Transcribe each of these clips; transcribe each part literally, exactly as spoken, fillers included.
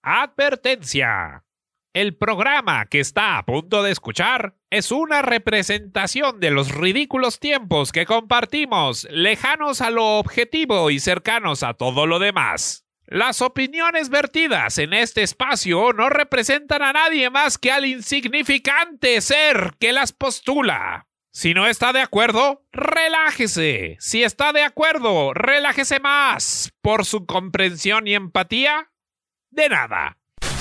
Advertencia. El programa que está a punto de escuchar es una representación de los ridículos tiempos que compartimos, lejanos a lo objetivo y cercanos a todo lo demás. Las opiniones vertidas en este espacio no representan a nadie más que al insignificante ser que las postula. Si no está de acuerdo, relájese. Si está de acuerdo, relájese más. Por su comprensión y empatía, de nada.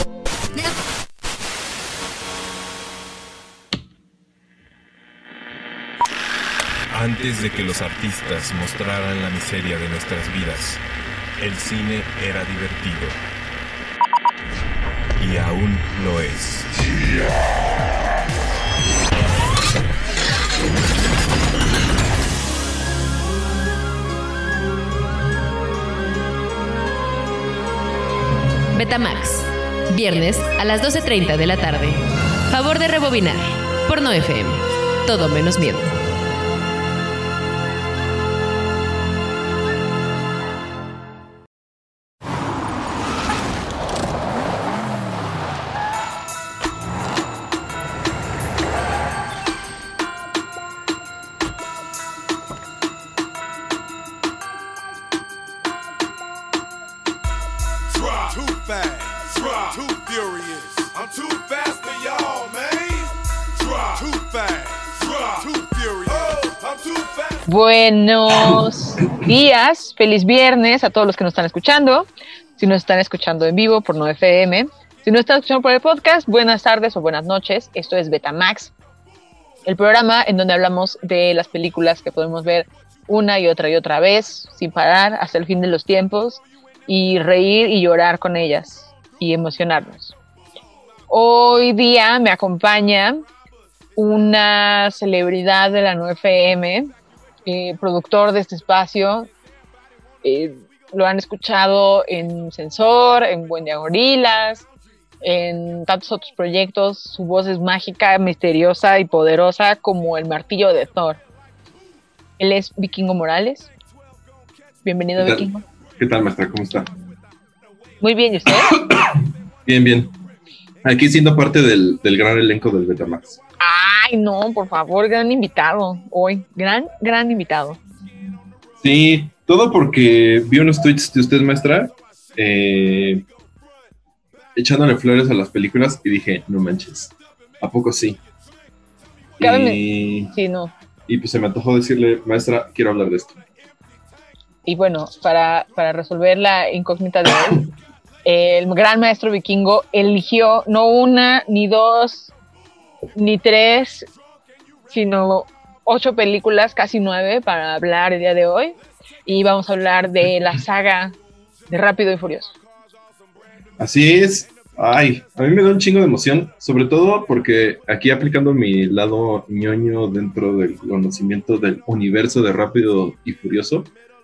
Antes de que los artistas mostraran la miseria de nuestras vidas, el cine era divertido. Y aún lo es. Betamax, viernes a las doce treinta de la tarde. Favor de rebobinar. Porno F M. Todo menos miedo. Buenos días, feliz viernes a todos los que nos están escuchando. Si nos están escuchando en vivo por Porno F M, si nos están escuchando por el podcast, buenas tardes o buenas noches. Esto es Betamax, el programa en donde hablamos de las películas que podemos ver una y otra y otra vez, sin parar, hasta el fin de los tiempos, y reír y llorar con ellas y emocionarnos. Hoy día me acompaña una celebridad de la N U F M, Eh, productor de este espacio. Eh, lo han escuchado en Sensor, en Buen Día Gorilas, en tantos otros proyectos. Su voz es mágica, misteriosa y poderosa como el martillo de Thor. Él es Vikingo Morales. Bienvenido, ¿Qué tal? Vikingo. ¿Qué tal, maestra? ¿Cómo está? Muy bien, ¿y usted? Bien, bien. Aquí siendo parte del, del gran elenco del Betamax. Ay, no, por favor, gran invitado hoy. Gran, gran invitado. Sí, todo porque vi unos tweets de usted, maestra, eh, echándole flores a las películas y dije, no manches, ¿a poco sí? Y, sí, no. y pues se me antojó decirle, maestra, quiero hablar de esto. Y bueno, para, para resolver la incógnita de hoy, el gran maestro Vikingo eligió no una, ni dos, ni tres, sino ocho películas, casi nueve, para hablar el día de hoy. Y vamos a hablar de la saga de Rápido y Furioso. Así es. Ay, a mí me da un chingo de emoción, sobre todo porque aquí aplicando mi lado ñoño dentro del conocimiento del universo de Rápido y Furioso,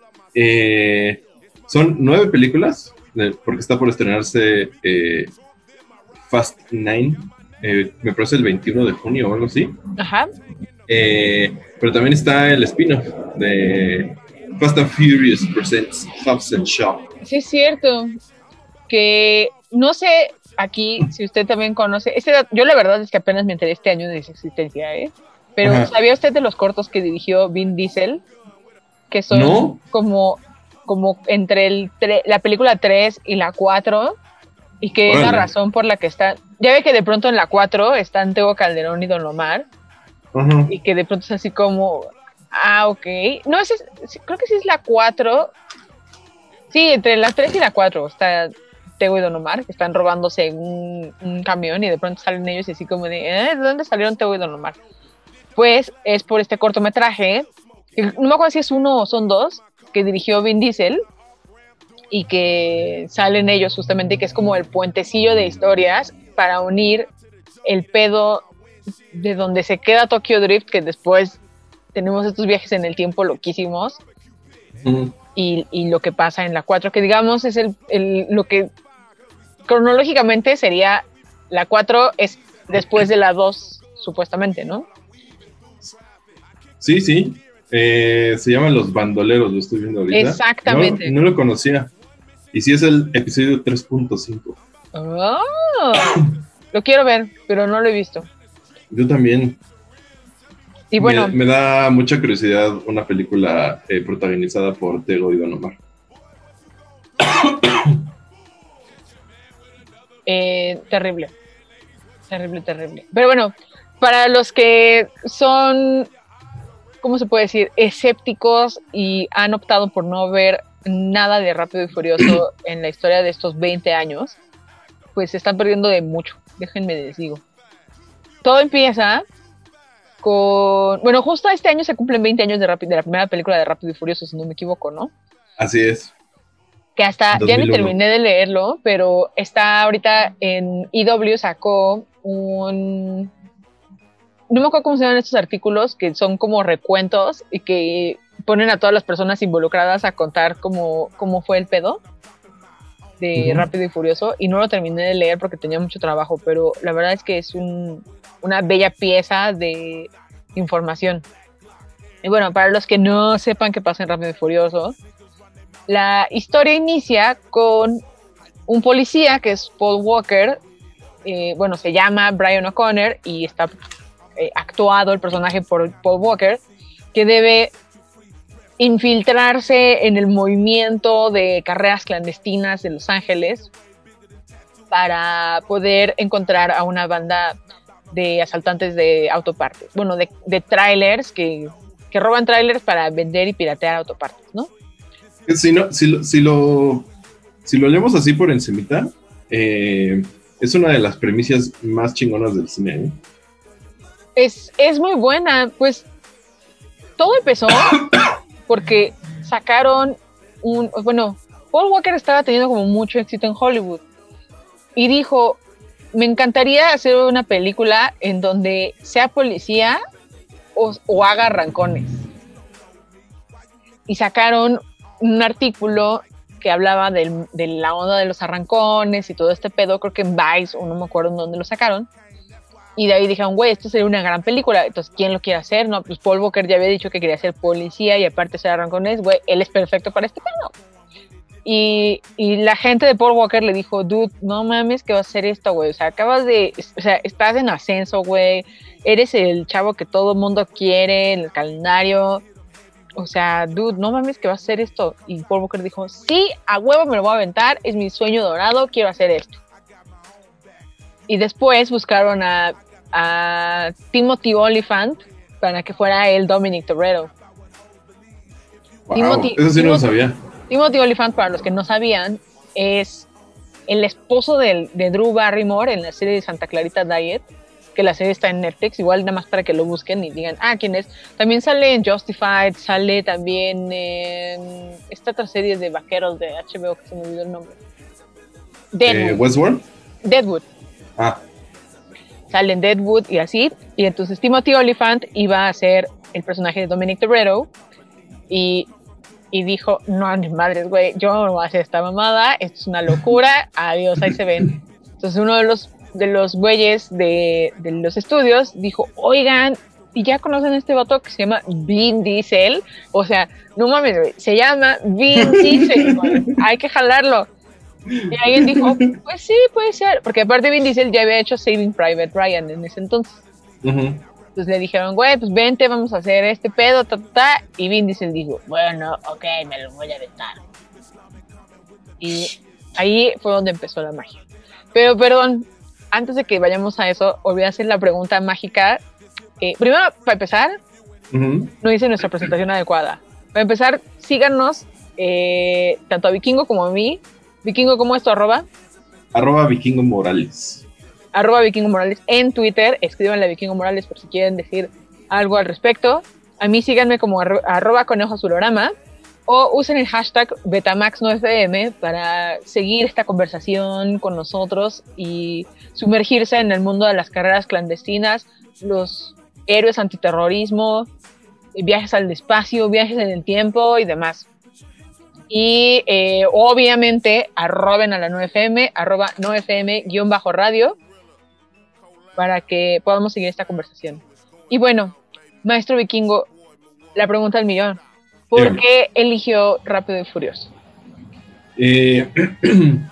eh, son nueve películas, porque está por estrenarse eh, Fast Nine, eh, me parece el veintiuno de junio o algo así. Ajá. Eh, pero también está el spin-off de Fast and Furious Presents Hobbs and Shaw. Sí, es cierto. Que no sé aquí si usted también conoce. Este, yo la verdad es que apenas me enteré este año de su existencia, ¿eh? Pero Ajá. ¿Sabía usted de los cortos que dirigió Vin Diesel? Que son ¿No? como. como entre el tre- la película tres y la cuatro, y que bueno. es la razón por la que está... Ya ve que de pronto en la cuatro están Tego Calderón y Don Omar, uh-huh. y que de pronto es así como... Ah, ok. No, es, creo que sí es la cuatro. Sí, entre la tres y la cuatro está Tego y Don Omar, que están robándose un, un camión, y de pronto salen ellos y así como de... ¿Eh? ¿De dónde salieron Tego y Don Omar? Pues es por este cortometraje, no me acuerdo si es uno o son dos, que dirigió Vin Diesel, y que salen ellos justamente, que es como el puentecillo de historias para unir el pedo de donde se queda Tokyo Drift, que después tenemos estos viajes en el tiempo loquísimos, mm. y, y lo que pasa en la cuatro, que digamos es el, el lo que cronológicamente sería la cuatro es después de la dos, supuestamente, ¿no? Sí, sí. Eh, se llaman Los Bandoleros, lo estoy viendo ahorita. Exactamente. No, no lo conocía. Y sí es el episodio tres punto cinco. Oh, lo quiero ver, pero no lo he visto. Yo también. Y bueno, me, me da mucha curiosidad una película eh, protagonizada por Tego y Don Omar. eh, terrible, terrible, terrible. Pero bueno, para los que son, ¿cómo se puede decir?, escépticos y han optado por no ver nada de Rápido y Furioso en la historia de estos veinte años, pues se están perdiendo de mucho, déjenme les digo. Todo empieza con... Bueno, justo este año se cumplen veinte años de, Rápido, de la primera película de Rápido y Furioso, si no me equivoco, ¿no? Así es. Que hasta, dos mil uno. Ya ni terminé de leerlo, pero está ahorita en E W, sacó un... No me acuerdo cómo se llaman estos artículos, que son como recuentos y que ponen a todas las personas involucradas a contar cómo, cómo fue el pedo de uh-huh. Rápido y Furioso, y no lo terminé de leer porque tenía mucho trabajo, pero la verdad es que es un, una bella pieza de información. Y bueno, para los que no sepan qué pasa en Rápido y Furioso, la historia inicia con un policía que es Paul Walker, eh, bueno, se llama Brian O'Connor y está eh, actuado el personaje por Paul Walker, que debe infiltrarse en el movimiento de carreras clandestinas de Los Ángeles para poder encontrar a una banda de asaltantes de autopartes, bueno, de, de trailers que, que roban trailers para vender y piratear autopartes, ¿no? Si, no, si, lo, si, lo, si lo leemos así por encimita, eh, es una de las premisas más chingonas del cine, ¿eh? Es, es muy buena, pues todo empezó porque sacaron un... Bueno, Paul Walker estaba teniendo como mucho éxito en Hollywood y dijo, me encantaría hacer una película en donde sea policía o, o haga arrancones. Y sacaron un artículo que hablaba del, de la onda de los arrancones y todo este pedo, creo que en Vice, o no me acuerdo en dónde lo sacaron. Y de ahí dijeron, güey, esto sería una gran película. Entonces, ¿quién lo quiere hacer? No, pues Paul Walker ya había dicho que quería ser policía y aparte ser arrancones, güey, él es perfecto para este pedo. Y, y la gente de Paul Walker le dijo, dude, no mames, ¿qué va a hacer esto, güey? O sea, acabas de, o sea, estás en ascenso, güey. Eres el chavo que todo el mundo quiere en el calendario. O sea, dude, no mames, ¿qué va a hacer esto? Y Paul Walker dijo, sí, a huevo me lo voy a aventar, es mi sueño dorado, quiero hacer esto. Y después buscaron a a Timothy Olyphant para que fuera el Dominic Toretto. Wow, Timothy, eso sí Timothy, no lo sabía. Timothy Olyphant, para los que no sabían, es el esposo de, de Drew Barrymore en la serie de Santa Clarita Diet, que la serie está en Netflix, igual nada más para que lo busquen y digan, ah, ¿quién es? También sale en Justified, sale también en esta otra serie de vaqueros de H B O que se me olvidó el nombre. Deadwood. Eh, ¿Westworld? Deadwood. Ah. Sale en Deadwood y así, y entonces Timothy Olyphant iba a ser el personaje de Dominic Toretto y, y dijo, no, ni madres, güey, yo no voy a hacer esta mamada, esto es una locura, adiós, ahí se ven. Entonces uno de los de los güeyes de, de los estudios dijo, oigan, ¿y ya conocen a este vato que se llama Vin Diesel? O sea, no mames, güey, se llama Vin Diesel, güey, hay que jalarlo. Y alguien dijo, pues sí, puede ser, porque aparte Vin Diesel ya había hecho Saving Private Ryan en ese entonces. Uh-huh. Entonces le dijeron, güey, pues vente, vamos a hacer este pedo, ta, ta, ta. Y Vin Diesel dijo, bueno, ok, me lo voy a aventar. Y ahí fue donde empezó la magia. Pero perdón, antes de que vayamos a eso, olvidé hacer la pregunta mágica. Eh, primero, para empezar, uh-huh. no hice nuestra presentación adecuada. Para empezar, síganos, eh, tanto a Vikingo como a mí. Vikingo, ¿cómo es tu arroba? Arroba Vikingo Morales. Arroba Vikingo Morales en Twitter. Escríbanle a Vikingo Morales por si quieren decir algo al respecto. A mí síganme como arro- arroba Conejo Azulorama o usen el hashtag Betamax nueve F M para seguir esta conversación con nosotros y sumergirse en el mundo de las carreras clandestinas, los héroes antiterrorismo, viajes al espacio, viajes en el tiempo y demás. Y eh, obviamente arroben a la nueve F M, arroba nueve F M guión bajo radio, para que podamos seguir esta conversación. Y bueno, maestro Vikingo, la pregunta del millón, ¿por Dígame. qué eligió Rápido y Furioso? Eh,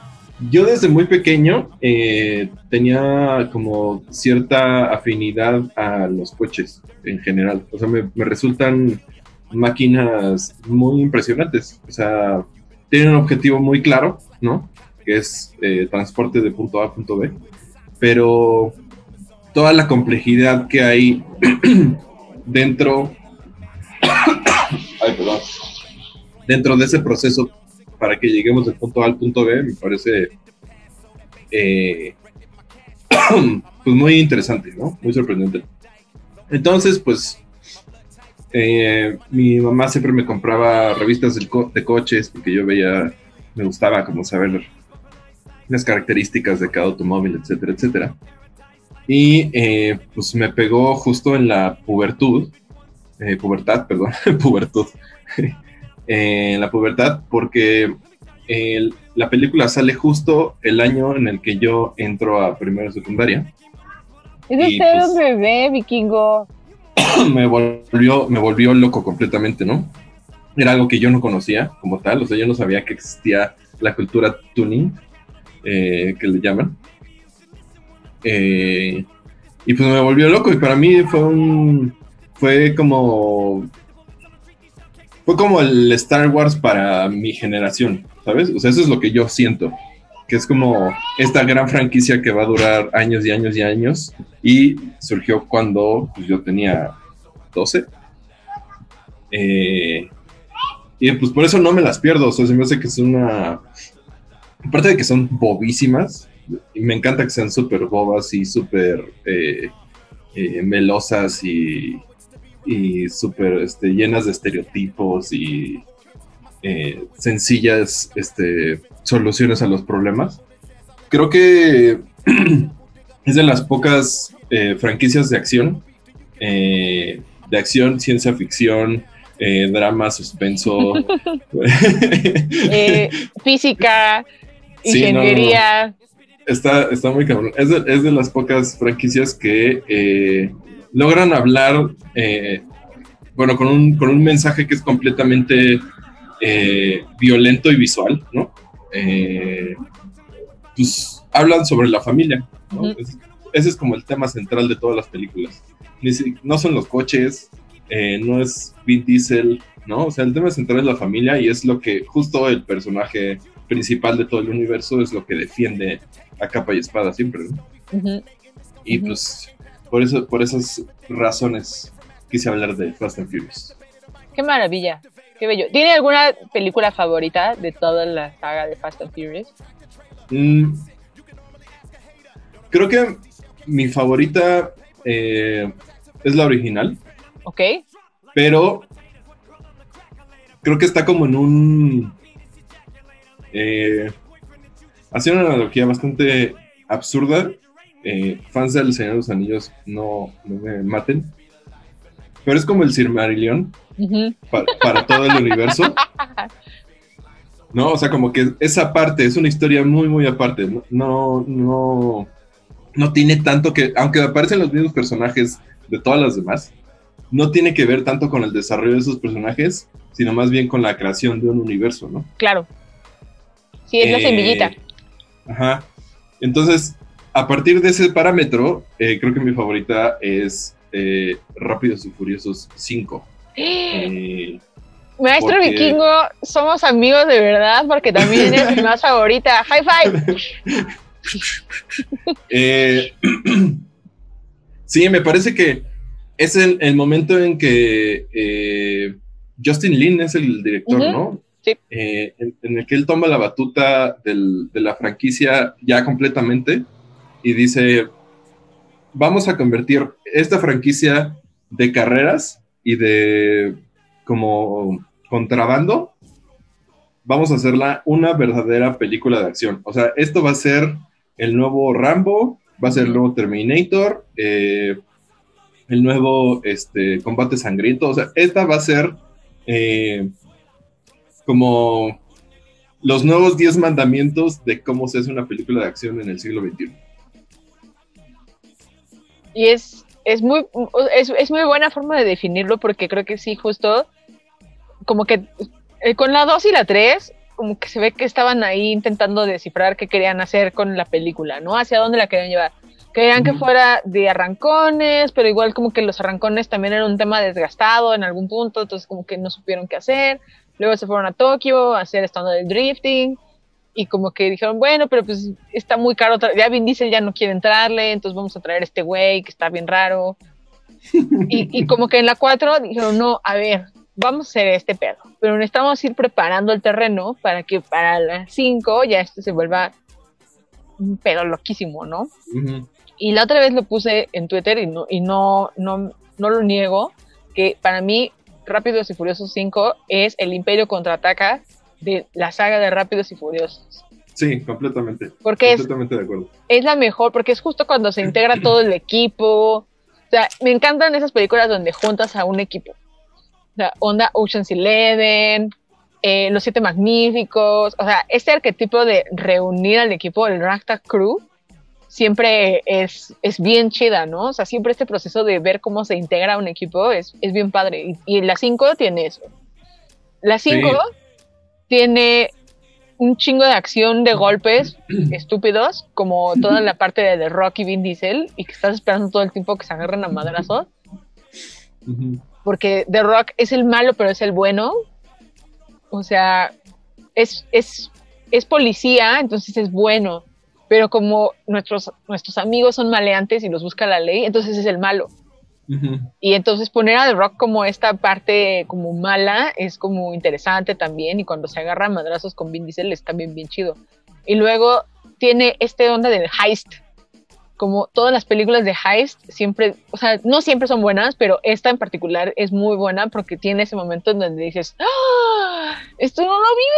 yo desde muy pequeño eh, tenía como cierta afinidad a los coches en general. O sea, me, me resultan máquinas muy impresionantes. O sea, tienen un objetivo muy claro, ¿no? Que es eh, transporte de punto A a punto B. Pero toda la complejidad que hay dentro... Ay, perdón. Dentro de ese proceso para que lleguemos del punto A al punto B, me parece eh, pues muy interesante, ¿no? Muy sorprendente. Entonces, pues, eh, mi mamá siempre me compraba revistas de, co- de coches, porque yo veía, me gustaba como saber las características de cada automóvil, etcétera, etcétera. Y eh, pues me pegó justo en la pubertud, eh, pubertad, perdón, pubertud. Eh, en la pubertad, porque eh, la película sale justo el año en el que yo entro a primero de secundaria. Es Y, usted pues, un bebé, vikingo. me volvió, me volvió loco completamente, ¿no? Era algo que yo no conocía como tal, o sea, yo no sabía que existía la cultura tuning, eh, que le llaman. Eh, y pues me volvió loco, y para mí fue un... fue como... Fue como el Star Wars para mi generación, ¿sabes? O sea, eso es lo que yo siento. Que es como esta gran franquicia que va a durar años y años y años. Y surgió cuando pues, yo tenía doce. Eh, y pues por eso no me las pierdo. O sea, se me hace que es una... Aparte de que son bobísimas. Y me encanta que sean súper bobas y súper eh, eh, melosas y... y súper este, llenas de estereotipos y eh, sencillas este, soluciones a los problemas. Creo que es de las pocas eh, franquicias de acción, eh, de acción, ciencia ficción, eh, drama, suspenso. eh, física, Sí, ingeniería. no, no. Está, está muy cabrón. Es de, es de las pocas franquicias que... Eh, logran hablar, eh, bueno, con un, con un mensaje que es completamente eh, violento y visual, ¿no? Eh, pues hablan sobre la familia, ¿no? Uh-huh. Es, ese es como el tema central de todas las películas. Ni si, no son los coches, eh, no es Vin Diesel, ¿no? O sea, el tema central es la familia y es lo que justo el personaje principal de todo el universo es lo que defiende a capa y espada siempre, ¿no? Uh-huh. Y uh-huh. pues... Por eso, por esas razones quise hablar de Fast and Furious. Qué maravilla, qué bello. ¿Tiene alguna película favorita de toda la saga de Fast and Furious? Mm, creo que mi favorita eh, es la original. Ok. Pero creo que está como en un... Eh, haciendo una analogía bastante absurda. Eh, fans del Señor de los Anillos no, no me maten, pero es como el Silmarillion uh-huh. para, para todo el universo, ¿no? O sea, como que esa parte es una historia muy, muy aparte, no, no, no, no tiene tanto que, aunque aparecen los mismos personajes de todas las demás, no tiene que ver tanto con el desarrollo de esos personajes, sino más bien con la creación de un universo, ¿no? Claro. Sí, es eh, la semillita. Ajá. Entonces, a partir de ese parámetro, eh, creo que mi favorita es eh, Rápidos y Furiosos cinco. Eh, Maestro porque... Vikingo, somos amigos de verdad, porque también es mi más favorita. ¡High five! eh, sí, me parece que es el, el momento en que eh, Justin Lin es el director, uh-huh. ¿no? Sí. Eh, en, en el que él toma la batuta del, de la franquicia ya completamente. Y dice, vamos a convertir esta franquicia de carreras y de como contrabando, vamos a hacerla una verdadera película de acción. O sea, esto va a ser el nuevo Rambo, va a ser el nuevo Terminator, eh, el nuevo este, Combate Sangriento. O sea, esta va a ser eh, como los nuevos diez mandamientos de cómo se hace una película de acción en el siglo veintiuno. Y es, es, muy, es, es muy buena forma de definirlo, porque creo que sí, justo como que eh, con la dos y la tres como que se ve que estaban ahí intentando descifrar qué querían hacer con la película, ¿no? Hacia dónde la querían llevar. Querían mm. que fuera de arrancones, pero igual como que los arrancones también era un tema desgastado en algún punto, entonces como que no supieron qué hacer. Luego se fueron a Tokio a hacer esta onda del drifting, y como que dijeron, bueno, pero pues está muy caro, ya Vin Diesel ya no quiere entrarle, entonces vamos a traer a este güey que está bien raro. y, y como que en la cuatro dijeron, no, a ver, vamos a hacer este pedo, pero necesitamos ir preparando el terreno para que para la cinco ya esto se vuelva un pedo loquísimo, ¿no? Uh-huh. Y la otra vez lo puse en Twitter y no, y no, no, no lo niego, que para mí Rápidos y Furiosos cinco es el Imperio Contraataca de la saga de Rápidos y Furiosos. Sí, completamente. Porque completamente es, de acuerdo. Es la mejor, porque es justo cuando se integra todo el equipo. O sea, me encantan esas películas donde juntas a un equipo. O sea, onda Ocean's Eleven, eh, Los Siete Magníficos. O sea, este arquetipo de reunir al equipo, el Ragtag Crew, siempre es, es bien chida, ¿no? O sea, siempre este proceso de ver cómo se integra un equipo es, es bien padre. Y, y la cinco tiene eso. La cinco sí. tiene un chingo de acción de golpes estúpidos, como toda la parte de The Rock y Vin Diesel, y que estás esperando todo el tiempo que se agarren a madrazos. Uh-huh. Porque The Rock es el malo, pero es el bueno. O sea, es, es, es policía, entonces es bueno. Pero como nuestros, nuestros amigos son maleantes y los busca la ley, entonces es el malo. Uh-huh. Y entonces poner a The Rock como esta parte como mala es como interesante también, y cuando se agarra madrazos con Vin Diesel es también bien chido. Y luego tiene este onda del heist, como todas las películas de heist siempre, o sea, no siempre son buenas, pero esta en particular es muy buena porque tiene ese momento en donde dices, ¡ah! Esto no lo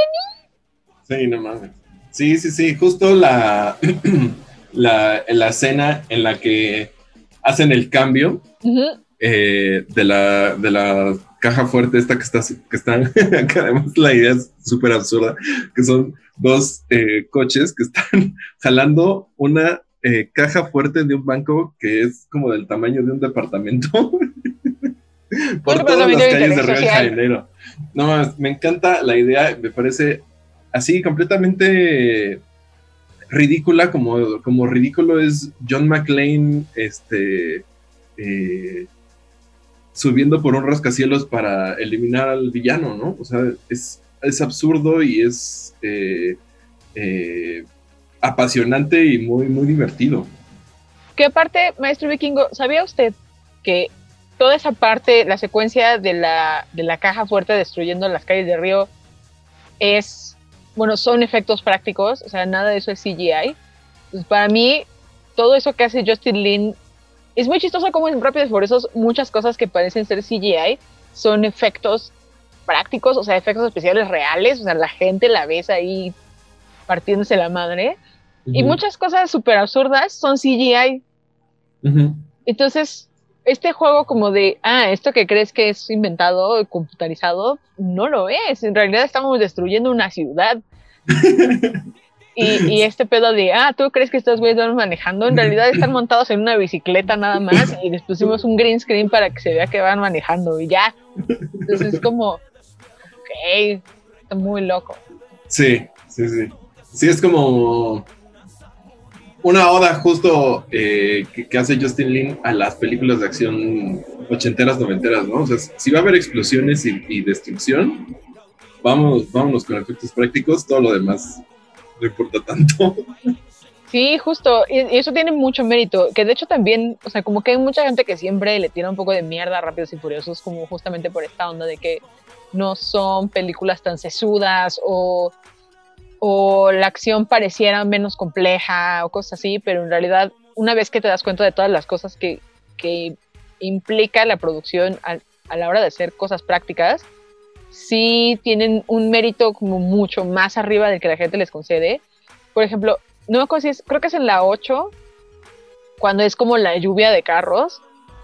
vi venir. Sí, no mames. Sí, sí, sí, justo la, la, la escena en la que hacen el cambio uh-huh. eh, de, la, de la caja fuerte esta que está, que están, que además la idea es súper absurda, que son dos eh, coches que están jalando una eh, caja fuerte de un banco que es como del tamaño de un departamento por todas las calles de Río de Janeiro. No, me encanta la idea, me parece así completamente ridícula, como, como ridículo es John McClane este, eh, subiendo por un rascacielos para eliminar al villano, ¿no? O sea, es, es absurdo y es eh, eh, apasionante y muy, muy divertido. Que aparte, maestro Vikingo, ¿sabía usted que toda esa parte, la secuencia de la, de la caja fuerte destruyendo las calles de Río es... Bueno, son efectos prácticos, o sea, nada de eso es C G I. Entonces, para mí, todo eso que hace Justin Lin es muy chistoso, como en Rápidos y Furiosos muchas cosas que parecen ser C G I son efectos prácticos, o sea, efectos especiales reales, o sea, la gente la ves ahí partiéndose la madre. Uh-huh. Y muchas cosas súper absurdas son C G I. Uh-huh. Entonces, este juego como de, ah, esto que crees que es inventado, computarizado, no lo es. En realidad estamos destruyendo una ciudad. y, y este pedo de, ah, ¿tú crees que estos güeyes van manejando? En realidad están montados en una bicicleta nada más y les pusimos un green screen para que se vea que van manejando y ya. Entonces es como, ok, está muy loco. Sí, sí, sí. Sí, es como... una oda justo eh, que, que hace Justin Lin a las películas de acción ochenteras, noventeras, ¿no? O sea, si va a haber explosiones y, y destrucción, vamos, vámonos con efectos prácticos, todo lo demás no importa tanto. Sí, justo, y, y eso tiene mucho mérito, que de hecho también, o sea, como que hay mucha gente que siempre le tira un poco de mierda a Rápidos y Furiosos, como justamente por esta onda de que no son películas tan sesudas o... o la acción pareciera menos compleja o cosas así, pero en realidad una vez que te das cuenta de todas las cosas que, que implica la producción a, a la hora de hacer cosas prácticas, sí tienen un mérito como mucho más arriba del que la gente les concede. Por ejemplo, no me acuerdo si es, creo que es en la ocho, cuando es como la lluvia de carros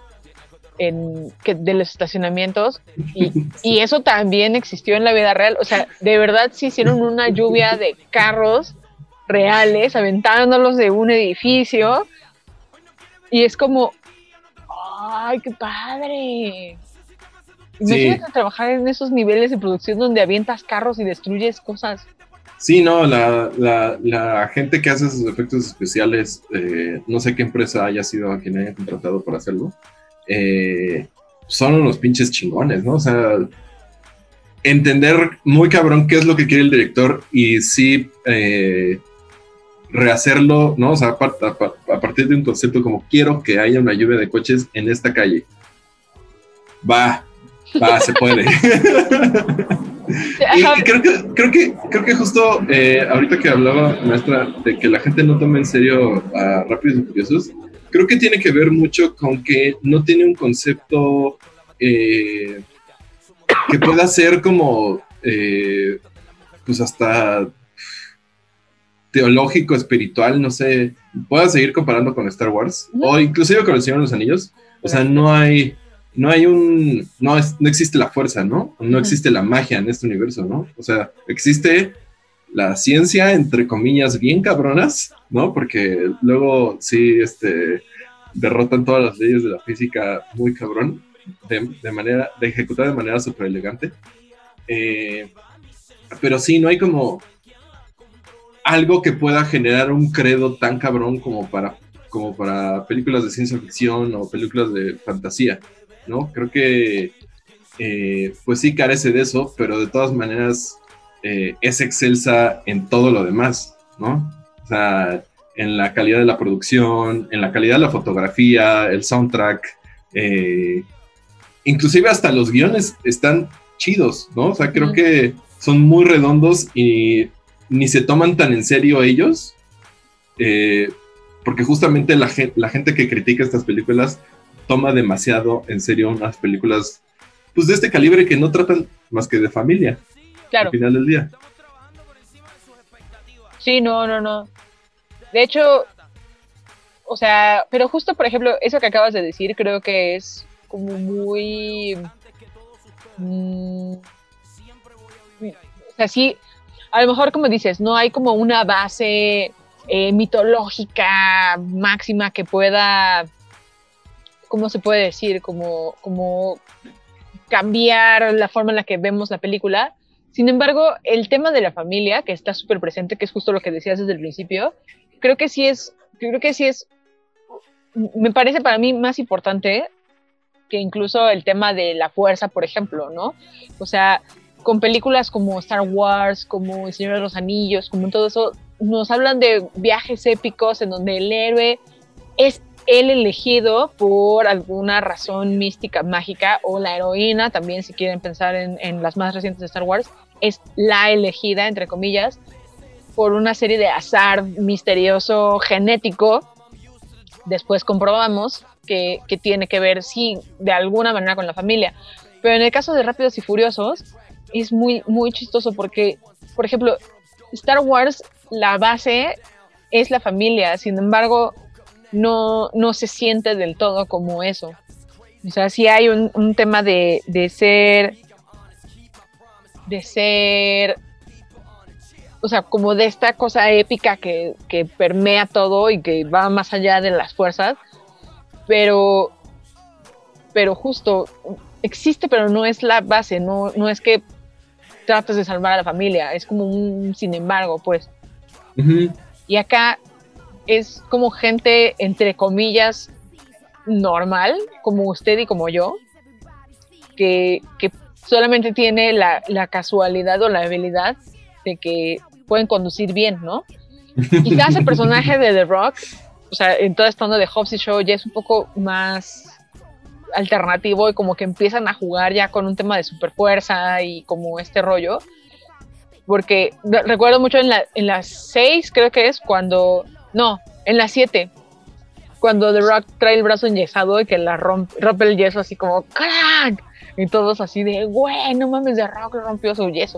en, que, de los estacionamientos, y, y eso también existió en la vida real. O sea, de verdad sí hicieron una lluvia de carros reales aventándolos de un edificio, y es como, ¡ay, qué padre! Imagínate Sí. trabajar en esos niveles de producción donde avientas carros y destruyes cosas. Sí, no, la, la, la gente que hace esos efectos especiales, eh, no sé qué empresa haya sido a quien haya contratado para hacerlo, eh, son unos pinches chingones, ¿no? O sea, entender muy cabrón qué es lo que quiere el director y sí eh, rehacerlo, ¿no? O sea, a, par- a par- a partir de un concepto como quiero que haya una lluvia de coches en esta calle. Va, va, se puede. Y, y creo que, creo que, creo que justo eh, ahorita que hablaba, maestra, de que la gente no toma en serio a Rápidos y Furiosos, creo que tiene que ver mucho con que no tiene un concepto eh, que pueda ser como, eh, pues hasta teológico, espiritual, no sé, pueda seguir comparando con Star Wars, Ujú. o inclusive con El Señor de los Anillos. O sea, no hay... No hay un... No, es, no existe la fuerza, ¿no? No existe la magia en este universo, ¿no? O sea, existe la ciencia, entre comillas, bien cabronas, ¿no? Porque luego sí, este... derrotan todas las leyes de la física muy cabrón, de, de manera... de ejecutar de manera súper elegante. Eh, pero sí, no hay como... algo que pueda generar un credo tan cabrón como para, como para películas de ciencia ficción o películas de fantasía, ¿no? Creo que eh, pues sí carece de eso, pero de todas maneras eh, es excelsa en todo lo demás, ¿no? O sea, en la calidad de la producción, en la calidad de la fotografía, el soundtrack, eh, inclusive hasta los guiones están chidos, ¿no? O sea, creo Ujú. que son muy redondos y ni se toman tan en serio ellos, eh, porque justamente la, gen- la gente que critica estas películas toma demasiado en serio unas películas pues de este calibre que no tratan más que de familia Claro. al final del día. Sí, no, no, no. De hecho, o sea, pero justo, por ejemplo, eso que acabas de decir, creo que es como muy... mm, o sea, sí, a lo mejor como dices, no hay como una base eh, mitológica máxima que pueda, ¿cómo se puede decir? Como, como cambiar la forma en la que vemos la película. Sin embargo, el tema de la familia, que está súper presente, que es justo lo que decías desde el principio, creo que sí es, creo que sí es, me parece para mí más importante que incluso el tema de la fuerza, por ejemplo, ¿no? O sea, con películas como Star Wars, como El Señor de los Anillos, como todo eso, nos hablan de viajes épicos en donde el héroe es el elegido por alguna razón mística, mágica, o la heroína, también si quieren pensar en, en las más recientes de Star Wars, es la elegida, entre comillas, por una serie de azar misterioso, genético. Después comprobamos que, que tiene que ver, sí, de alguna manera con la familia. Pero en el caso de Rápidos y Furiosos, es muy, muy chistoso porque, por ejemplo, Star Wars, la base es la familia, sin embargo, no, no se siente del todo como eso. O sea, sí hay un, un tema de, de ser, de ser, o sea, como de esta cosa épica que, que permea todo y que va más allá de las fuerzas, pero, pero justo existe, pero no es la base, no, no es que trates de salvar a la familia, es como un sin embargo, pues. Uh-huh. Y acá es como gente, entre comillas, normal, como usted y como yo, que, que solamente tiene la, la casualidad o la habilidad de que pueden conducir bien, ¿no? Quizás el personaje de The Rock, o sea, en toda esta onda de Hobbs y Shaw ya es un poco más alternativo y como que empiezan a jugar ya con un tema de superfuerza y como este rollo, porque re- recuerdo mucho en la en las seis, creo que es cuando, no, en las siete, cuando The Rock trae el brazo enyesado y que la rompe, rompe el yeso así como ¡crack! Y todos así de, güey, no mames, The Rock rompió su yeso.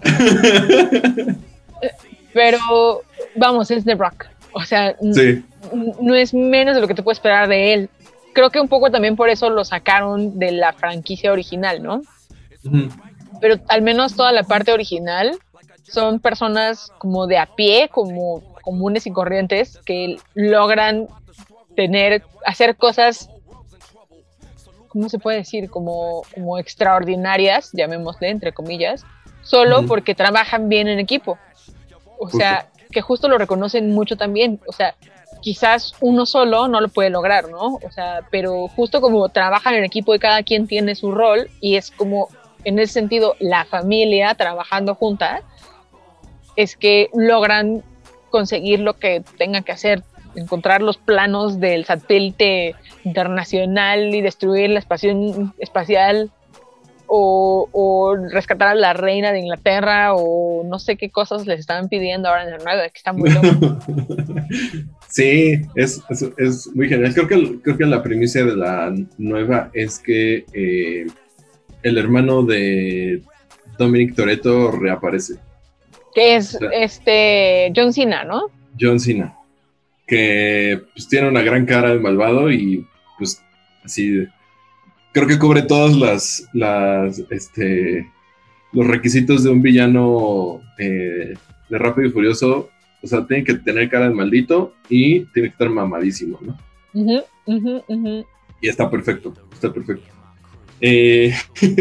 Pero, vamos, es The Rock. O sea, Sí. n- no es menos de lo que te puedes esperar de él. Creo que un poco también por eso lo sacaron de la franquicia original, ¿no? Uh-huh. Pero al menos toda la parte original son personas como de a pie, como comunes y corrientes, que logran tener, hacer cosas ¿cómo se puede decir? Como, como extraordinarias, llamémosle, entre comillas, solo uh-huh. porque trabajan bien en equipo. O justo. sea, que justo lo reconocen mucho también. O sea, quizás uno solo no lo puede lograr, ¿no? O sea, pero justo como trabajan en equipo y cada quien tiene su rol, y es como, en ese sentido, la familia trabajando juntas, es que logran conseguir lo que tengan que hacer, encontrar los planos del satélite internacional y destruir la estación espacial, o, o rescatar a la reina de Inglaterra, o no sé qué cosas les estaban pidiendo ahora en el radio, que está muy loco. Sí, es, es, es muy genial. Creo que, creo que la primicia de la nueva es que eh, el hermano de Dominic Toretto reaparece. Que es o sea, este John Cena, ¿no? John Cena, que pues tiene una gran cara de malvado y pues así creo que cubre todos las, las este los requisitos de un villano eh, de Rápido y Furioso. O sea, tiene que tener cara de maldito y tiene que estar mamadísimo, ¿no? Uh-huh, uh-huh, uh-huh. Y está perfecto, está perfecto. Eh,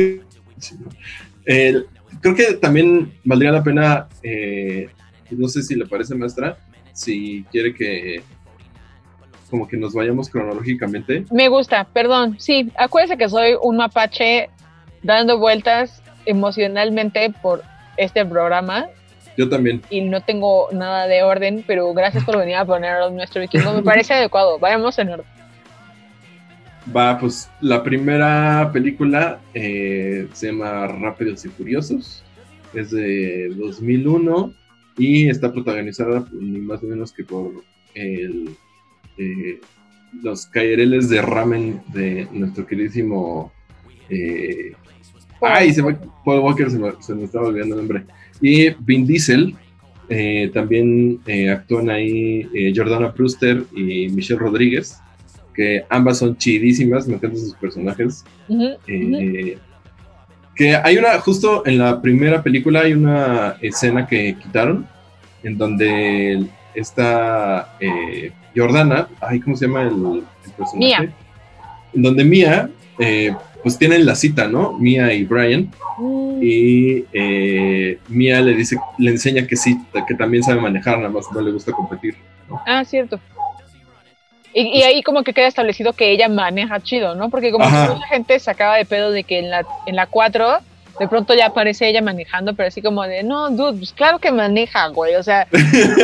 eh, creo que también valdría la pena, eh, no sé si le parece, maestra, si quiere que como que nos vayamos cronológicamente. Me gusta, perdón, sí, acuérdese que soy un mapache dando vueltas emocionalmente por este programa. Yo también. Y no tengo nada de orden, pero gracias por venir a poner nuestro vikingo. Me parece adecuado. Vayamos en orden. Va, pues la primera película eh, se llama Rápidos y Furiosos. Es de dos mil uno y está protagonizada ni más ni menos que por el, eh, los caireles de ramen de nuestro queridísimo eh, ay, se me, Paul Walker, se me, se me estaba olvidando el nombre. Y Vin Diesel, eh, también eh, actúan ahí eh, Jordana Brewster y Michelle Rodríguez, que ambas son chidísimas, me encantan sus personajes. Uh-huh, eh, uh-huh. Que hay una, justo en la primera película hay una escena que quitaron, en donde está eh, Jordana, ay, ¿cómo se llama el, el personaje? Mia. En donde Mia, eh, pues tienen la cita, ¿no? Mia y Brian. Mm. Y eh, Mia le dice, le enseña que sí, que también sabe manejar, nada más no le gusta competir, ¿no? Ah, cierto. Y, y ahí como que queda establecido que ella maneja chido, ¿no? Porque como que mucha gente sacaba de pedo de que en la en la cuatro de pronto ya aparece ella manejando, pero así como de, no, dude, pues claro que maneja, güey, o sea,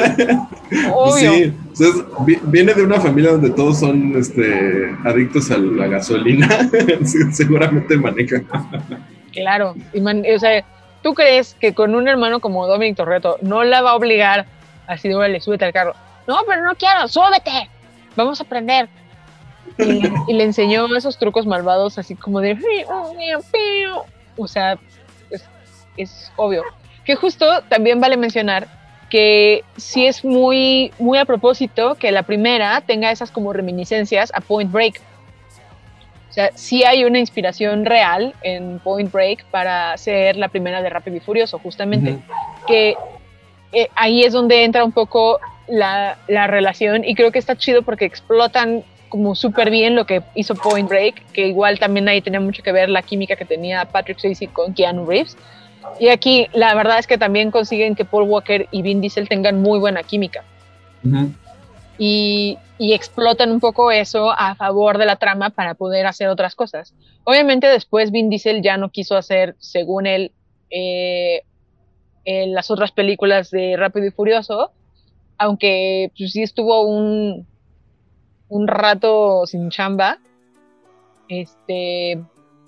obvio. Sí, o sea, viene de una familia donde todos son este, adictos a la gasolina, seguramente maneja. Claro, y man, o sea, ¿tú crees que con un hermano como Dominic Toretto no la va a obligar así de, órale, súbete al carro? No, pero no quiero, súbete, vamos a aprender. Y, y le enseñó esos trucos malvados así como de, o sea, es, es obvio. Que justo también vale mencionar que sí es muy, muy a propósito que la primera tenga esas como reminiscencias a Point Break. O sea, sí hay una inspiración real en Point Break para hacer la primera de Rápido y Furioso, justamente. Uh-huh. Que eh, ahí es donde entra un poco la, la relación, y creo que está chido porque explotan como súper bien lo que hizo Point Break, que igual también ahí tenía mucho que ver la química que tenía Patrick Swayze con Keanu Reeves. Y aquí la verdad es que también consiguen que Paul Walker y Vin Diesel tengan muy buena química. Uh-huh. Y, y explotan un poco eso a favor de la trama para poder hacer otras cosas. Obviamente después Vin Diesel ya no quiso hacer, según él, eh, en las otras películas de Rápido y Furioso, aunque pues, sí estuvo un, un rato sin chamba, este,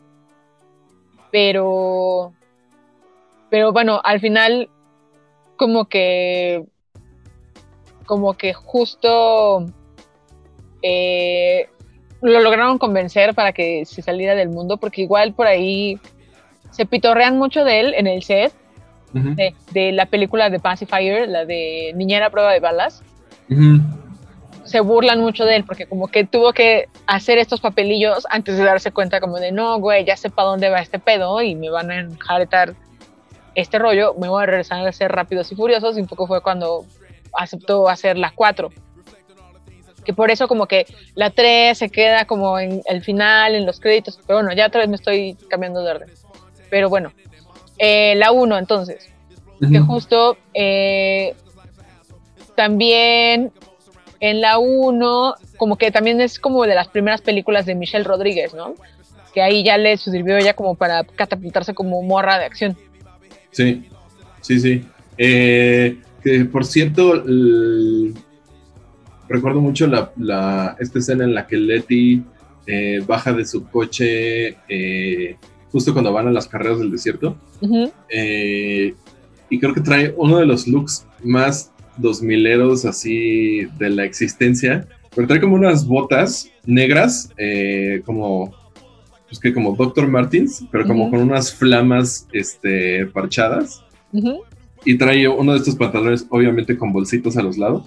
pero, pero bueno, al final como que como que justo eh, lo lograron convencer para que se saliera del mundo, porque igual por ahí se pitorrean mucho de él en el set. Uh-huh. de, de la película de Pacifier, la de Niñera a prueba de balas. Uh-huh. Se burlan mucho de él porque como que tuvo que hacer estos papelillos antes de darse cuenta como de, no, güey, ya sé para dónde va este pedo y me van a enjaretar este rollo, me voy a regresar a hacer Rápidos y Furiosos, y un poco fue cuando aceptó hacer la cuatro. que por eso como que la tres se queda como en el final, en los créditos, pero bueno, ya otra vez me estoy cambiando de orden. Pero bueno, eh, la uno entonces, uh-huh. que justo eh, también en la uno, como que también es como de las primeras películas de Michelle Rodríguez, ¿no? Que ahí ya le sirvió ya como para catapultarse como morra de acción. Sí, sí, sí. Eh, que por cierto, el... recuerdo mucho la, la, esta escena en la que Letty eh, baja de su coche eh, justo cuando van a las carreras del desierto. Uh-huh. Eh, y creo que trae uno de los looks más dos mileros así de la existencia. Pero trae como unas botas negras, eh, como, pues que como doctor Martens, pero como uh-huh. con unas flamas este, parchadas. Uh-huh. Y trae uno de estos pantalones, obviamente con bolsitos a los lados.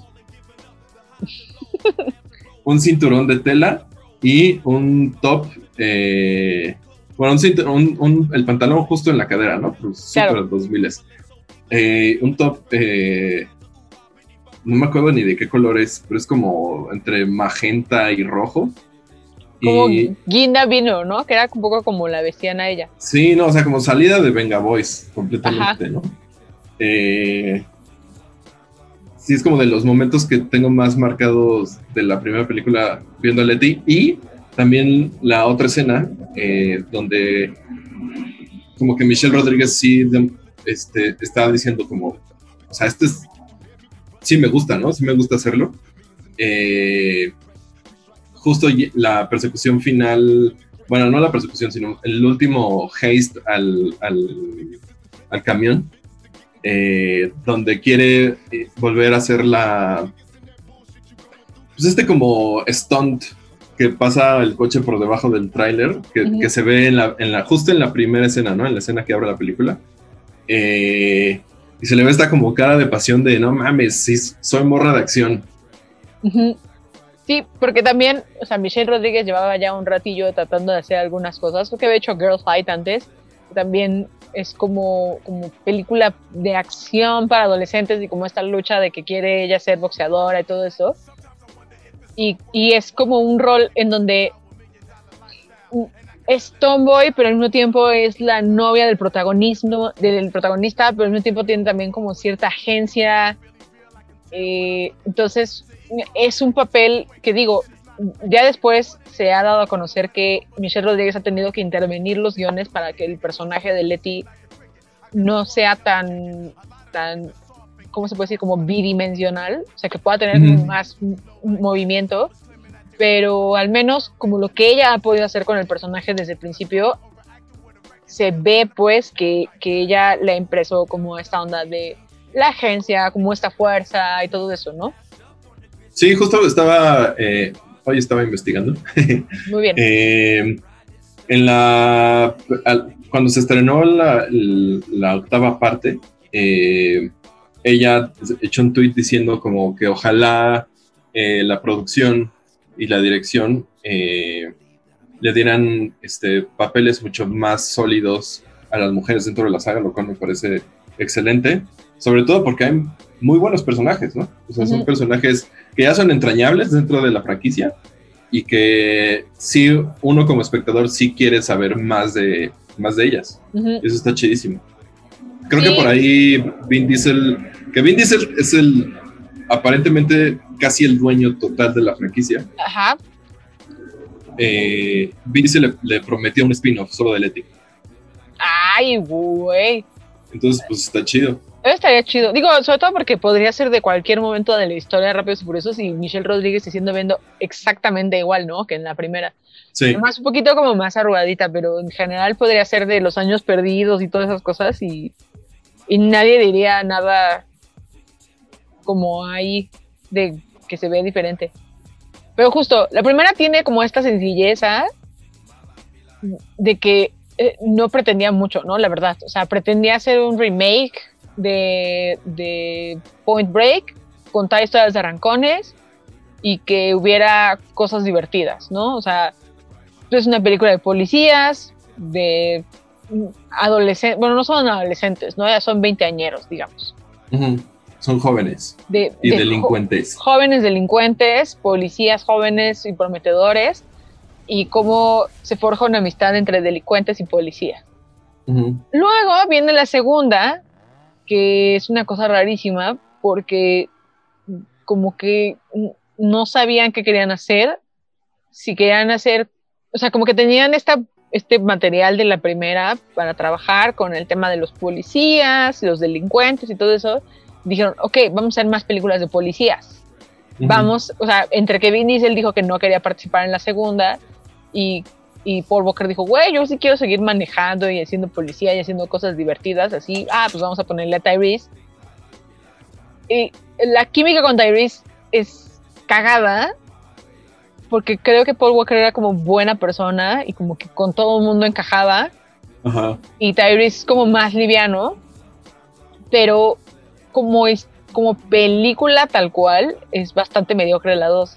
Un cinturón de tela y un top, eh, bueno, un, cinturón, un, un el pantalón justo en la cadera, ¿no? Pues claro. Super dos miles. Eh, un top, eh, no me acuerdo ni de qué color es, pero es como entre magenta y rojo. Como y, guinda vino, ¿no? Que era un poco como la vestían a ella. Sí, no, o sea, como salida de Venga Boys, completamente, ajá. ¿no? Eh... Sí, es como de los momentos que tengo más marcados de la primera película viendo a Letty. Y también la otra escena, eh, donde como que Michelle Rodríguez sí de, este, estaba diciendo como, o sea, este es, sí me gusta, ¿no? Sí me gusta hacerlo. Eh, justo la persecución final, bueno, no la persecución, sino el último haste al, al, al camión. Eh, donde quiere eh, volver a hacer la pues este como stunt que pasa el coche por debajo del tráiler que, uh-huh. que se ve en la, en la justo en la primera escena, ¿no? En la escena que abre la película eh, y se le ve esta como cara de pasión de no mames, sí, soy morra de acción. Uh-huh. Sí, porque también, o sea, Michelle Rodríguez llevaba ya un ratillo tratando de hacer algunas cosas, porque había hecho Girl Fight antes, también es como, como película de acción para adolescentes y como esta lucha de que quiere ella ser boxeadora y todo eso. Y, y es como un rol en donde es tomboy, pero al mismo tiempo es la novia del protagonismo, del protagonista, pero al mismo tiempo tiene también como cierta agencia. Eh, entonces es un papel que digo, ya después se ha dado a conocer que Michelle Rodríguez ha tenido que intervenir los guiones para que el personaje de Letty no sea tan, tan, ¿cómo se puede decir? Como bidimensional, o sea, que pueda tener mm. más movimiento, pero al menos como lo que ella ha podido hacer con el personaje desde el principio, se ve pues que, que ella le impresó como esta onda de la agencia, como esta fuerza y todo eso, ¿no? Sí, justo estaba... Eh... Hoy estaba investigando. Muy bien. eh, en la, al, cuando se estrenó la, la octava parte, eh, ella echó un tweet diciendo como que ojalá eh, la producción y la dirección eh, le dieran este, papeles mucho más sólidos a las mujeres dentro de la saga, lo cual me parece excelente. Sobre todo porque hay muy buenos personajes, ¿no? O sea, uh-huh. son personajes que ya son entrañables dentro de la franquicia y que sí, uno como espectador sí quiere saber más de, más de ellas. Uh-huh. Eso está chidísimo. Creo sí. que por ahí Vin Diesel, que Vin Diesel es el, aparentemente casi el dueño total de la franquicia. Ajá. Eh, Vin Diesel le, le prometió un spin-off solo de Letty. Ay, güey. Entonces, pues está chido. Estaría chido. Digo, sobre todo porque podría ser de cualquier momento de la historia de Rápidos y Furiosos y Michelle Rodríguez se siendo viendo exactamente igual, ¿no? Que en la primera. Sí. Además, un poquito como más arrugadita, pero en general podría ser de los años perdidos y todas esas cosas y, y nadie diría nada como ahí de que se ve diferente. Pero justo, la primera tiene como esta sencilleza de que eh, no pretendía mucho, ¿no? La verdad. O sea, pretendía hacer un remake de, de Point Break, contar historias de arrancones y que hubiera cosas divertidas, ¿no? O sea, es una película de policías, de adolescentes, bueno, no son adolescentes, ¿no? Ya son veinteañeros, digamos. Uh-huh. son jóvenes de, y de delincuentes. Jo- jóvenes delincuentes, policías jóvenes y prometedores, y cómo se forja una amistad entre delincuentes y policía. Uh-huh. Luego viene la segunda, que es una cosa rarísima, porque como que no sabían qué querían hacer, si querían hacer, o sea, como que tenían esta, este material de la primera para trabajar con el tema de los policías, los delincuentes y todo eso. Dijeron, ok, vamos a hacer más películas de policías. Uh-huh. Vamos, o sea, entre que Vin Diesel dijo que no quería participar en la segunda y, y Paul Walker dijo, güey, yo sí quiero seguir manejando y haciendo policía y haciendo cosas divertidas, así, ah, pues vamos a ponerle a Tyrese. Y la química con Tyrese es cagada, porque creo que Paul Walker era como buena persona y como que con todo el mundo encajaba. Ajá. Y Tyrese es como más liviano, pero como, es, como película tal cual es bastante mediocre la dos.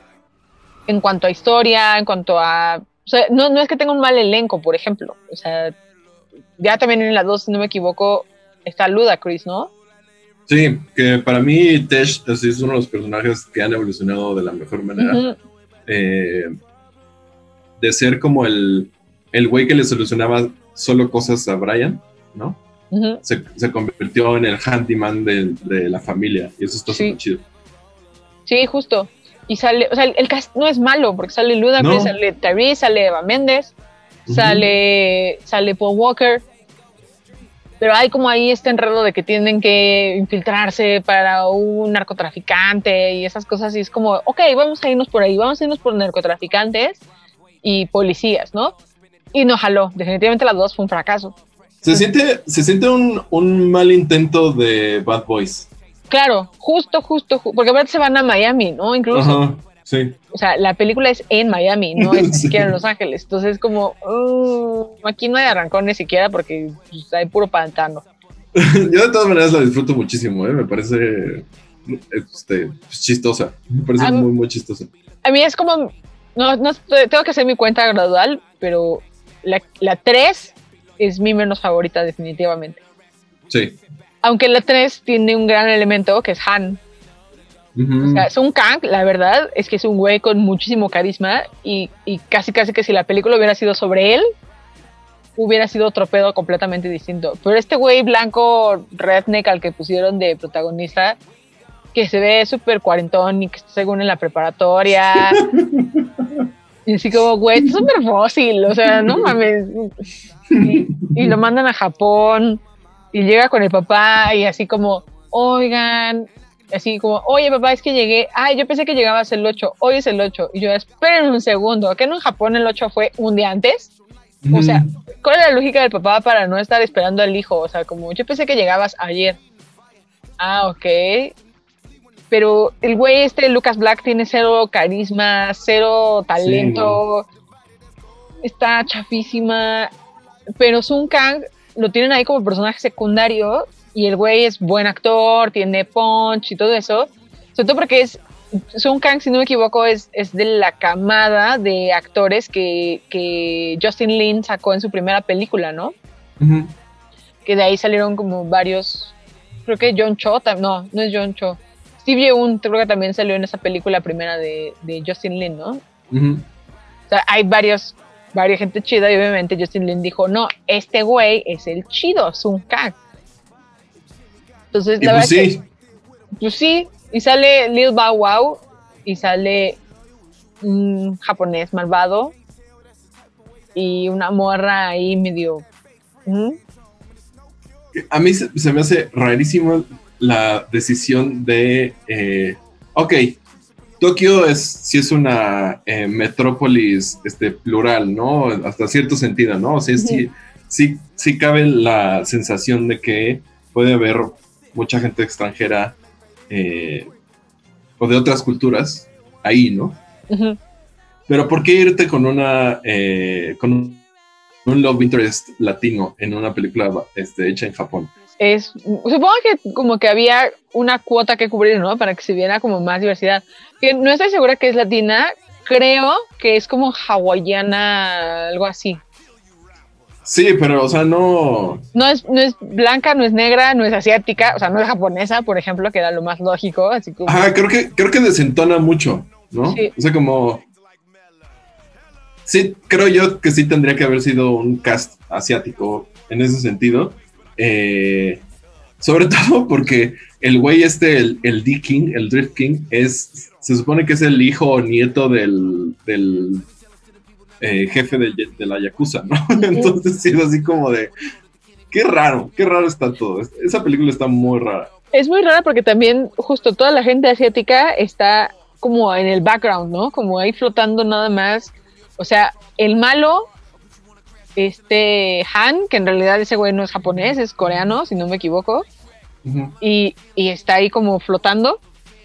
En cuanto a historia, en cuanto a... O sea, no, no es que tenga un mal elenco, por ejemplo. O sea, ya también en la dos, si no me equivoco, está Ludacris, ¿no? Sí, que para mí Tesh es uno de los personajes que han evolucionado de la mejor manera. Uh-huh. Eh, de ser como el el güey que le solucionaba solo cosas a Brian, ¿no? Uh-huh. Se, se convirtió en el handyman de, de la familia, y eso está súper sí. chido. Sí, justo. Y sale, o sea, el, el cast no es malo, porque sale Ludacris, no. sale Tyrese, sale Eva Méndez, uh-huh. sale, sale Paul Walker. Pero hay como ahí este enredo de que tienen que infiltrarse para un narcotraficante y esas cosas, y es como, ok, vamos a irnos por ahí, vamos a irnos por narcotraficantes y policías, ¿no? Y no jaló, definitivamente las dos fue un fracaso. Se siente, se siente un, un mal intento de Bad Boys. Claro, justo, justo, ju- porque aparte se van a Miami, ¿no? Incluso. Ajá, sí. O sea, la película es en Miami, no es ni sí. siquiera en Los Ángeles. Entonces, como, uh, aquí no hay arrancones siquiera porque pues, hay puro pantano. Yo de todas maneras la disfruto muchísimo, ¿eh? Me parece este, chistosa. Me parece a muy, muy chistosa. A mí es como, no, no, tengo que hacer mi cuenta gradual, pero la, la tres es mi menos favorita definitivamente. Sí. Aunque la tres tiene un gran elemento que es Han. Uh-huh. O sea, Sung Kang, la verdad, es que es un güey con muchísimo carisma y, y casi casi que si la película hubiera sido sobre él, hubiera sido otro pedo completamente distinto. Pero este güey blanco redneck al que pusieron de protagonista, que se ve súper cuarentón y que está según en la preparatoria. Y así como, güey, es súper fósil, o sea, no mames. Y, y lo mandan a Japón y llega con el papá y así como, oigan... Así como, oye papá, es que llegué, ay, yo pensé que llegabas el ocho, hoy es el ocho, y yo, esperen un segundo, ¿que no en Japón el ocho fue un día antes? Mm. O sea, ¿cuál es la lógica del papá para no estar esperando al hijo? O sea, como, yo pensé que llegabas ayer. Ah, ok. Pero el güey este, Lucas Black, tiene cero carisma, cero talento, sí, no. Está chafísima, pero Sung Kang lo tienen ahí como personaje secundario. Y el güey es buen actor, tiene punch y todo eso. Sobre todo porque es Sung Kang, si no me equivoco, es, es de la camada de actores que, que Justin Lin sacó en su primera película, ¿no? Uh-huh. Que de ahí salieron como varios... Creo que John Cho, no, no es John Cho. Steve Yeun creo que también salió en esa película primera de, de Justin Lin, ¿no? Uh-huh. O sea, hay varios, varias gente chida y obviamente Justin Lin dijo, no, este güey es el chido, Sung Kang. Entonces, y la pues verdad sí. que, pues sí, y sale Lil Bow Wow, y sale un japonés malvado, y una morra ahí medio... ¿Mm? A mí se, se me hace rarísimo la decisión de... Eh, ok, Tokio es, sí es una eh, metrópolis este, plural, ¿no? Hasta cierto sentido, ¿no? O sea, uh-huh. sí, sí, sí cabe la sensación de que puede haber... mucha gente extranjera eh, o de otras culturas ahí, ¿no? Uh-huh. Pero ¿por qué irte con una eh, con un, un love interest latino en una película este, hecha en Japón? Es, supongo que como que había una cuota que cubrir, ¿no? Para que se viera como más diversidad. Que no estoy segura que es latina, creo que es como hawaiana, algo así. Sí, pero, o sea, no... No es, no es blanca, no es negra, no es asiática, o sea, no es japonesa, por ejemplo, que era lo más lógico, así como... Ajá, creo que, creo que desentona mucho, ¿no? Sí. O sea, como... Sí, creo yo que sí tendría que haber sido un cast asiático en ese sentido. Eh, sobre todo porque el güey este, el, el D-King, el Drift King, es, se supone que es el hijo o nieto del, del eh, jefe de, de la Yakuza, ¿no? Entonces sí es así como de... Qué raro, qué raro está todo. Esa película está muy rara. Es muy rara porque también justo toda la gente asiática está como en el background, ¿no? Como ahí flotando nada más. O sea, el malo, este Han, que en realidad ese güey no es japonés, es coreano, si no me equivoco, uh-huh. y, y está ahí como flotando.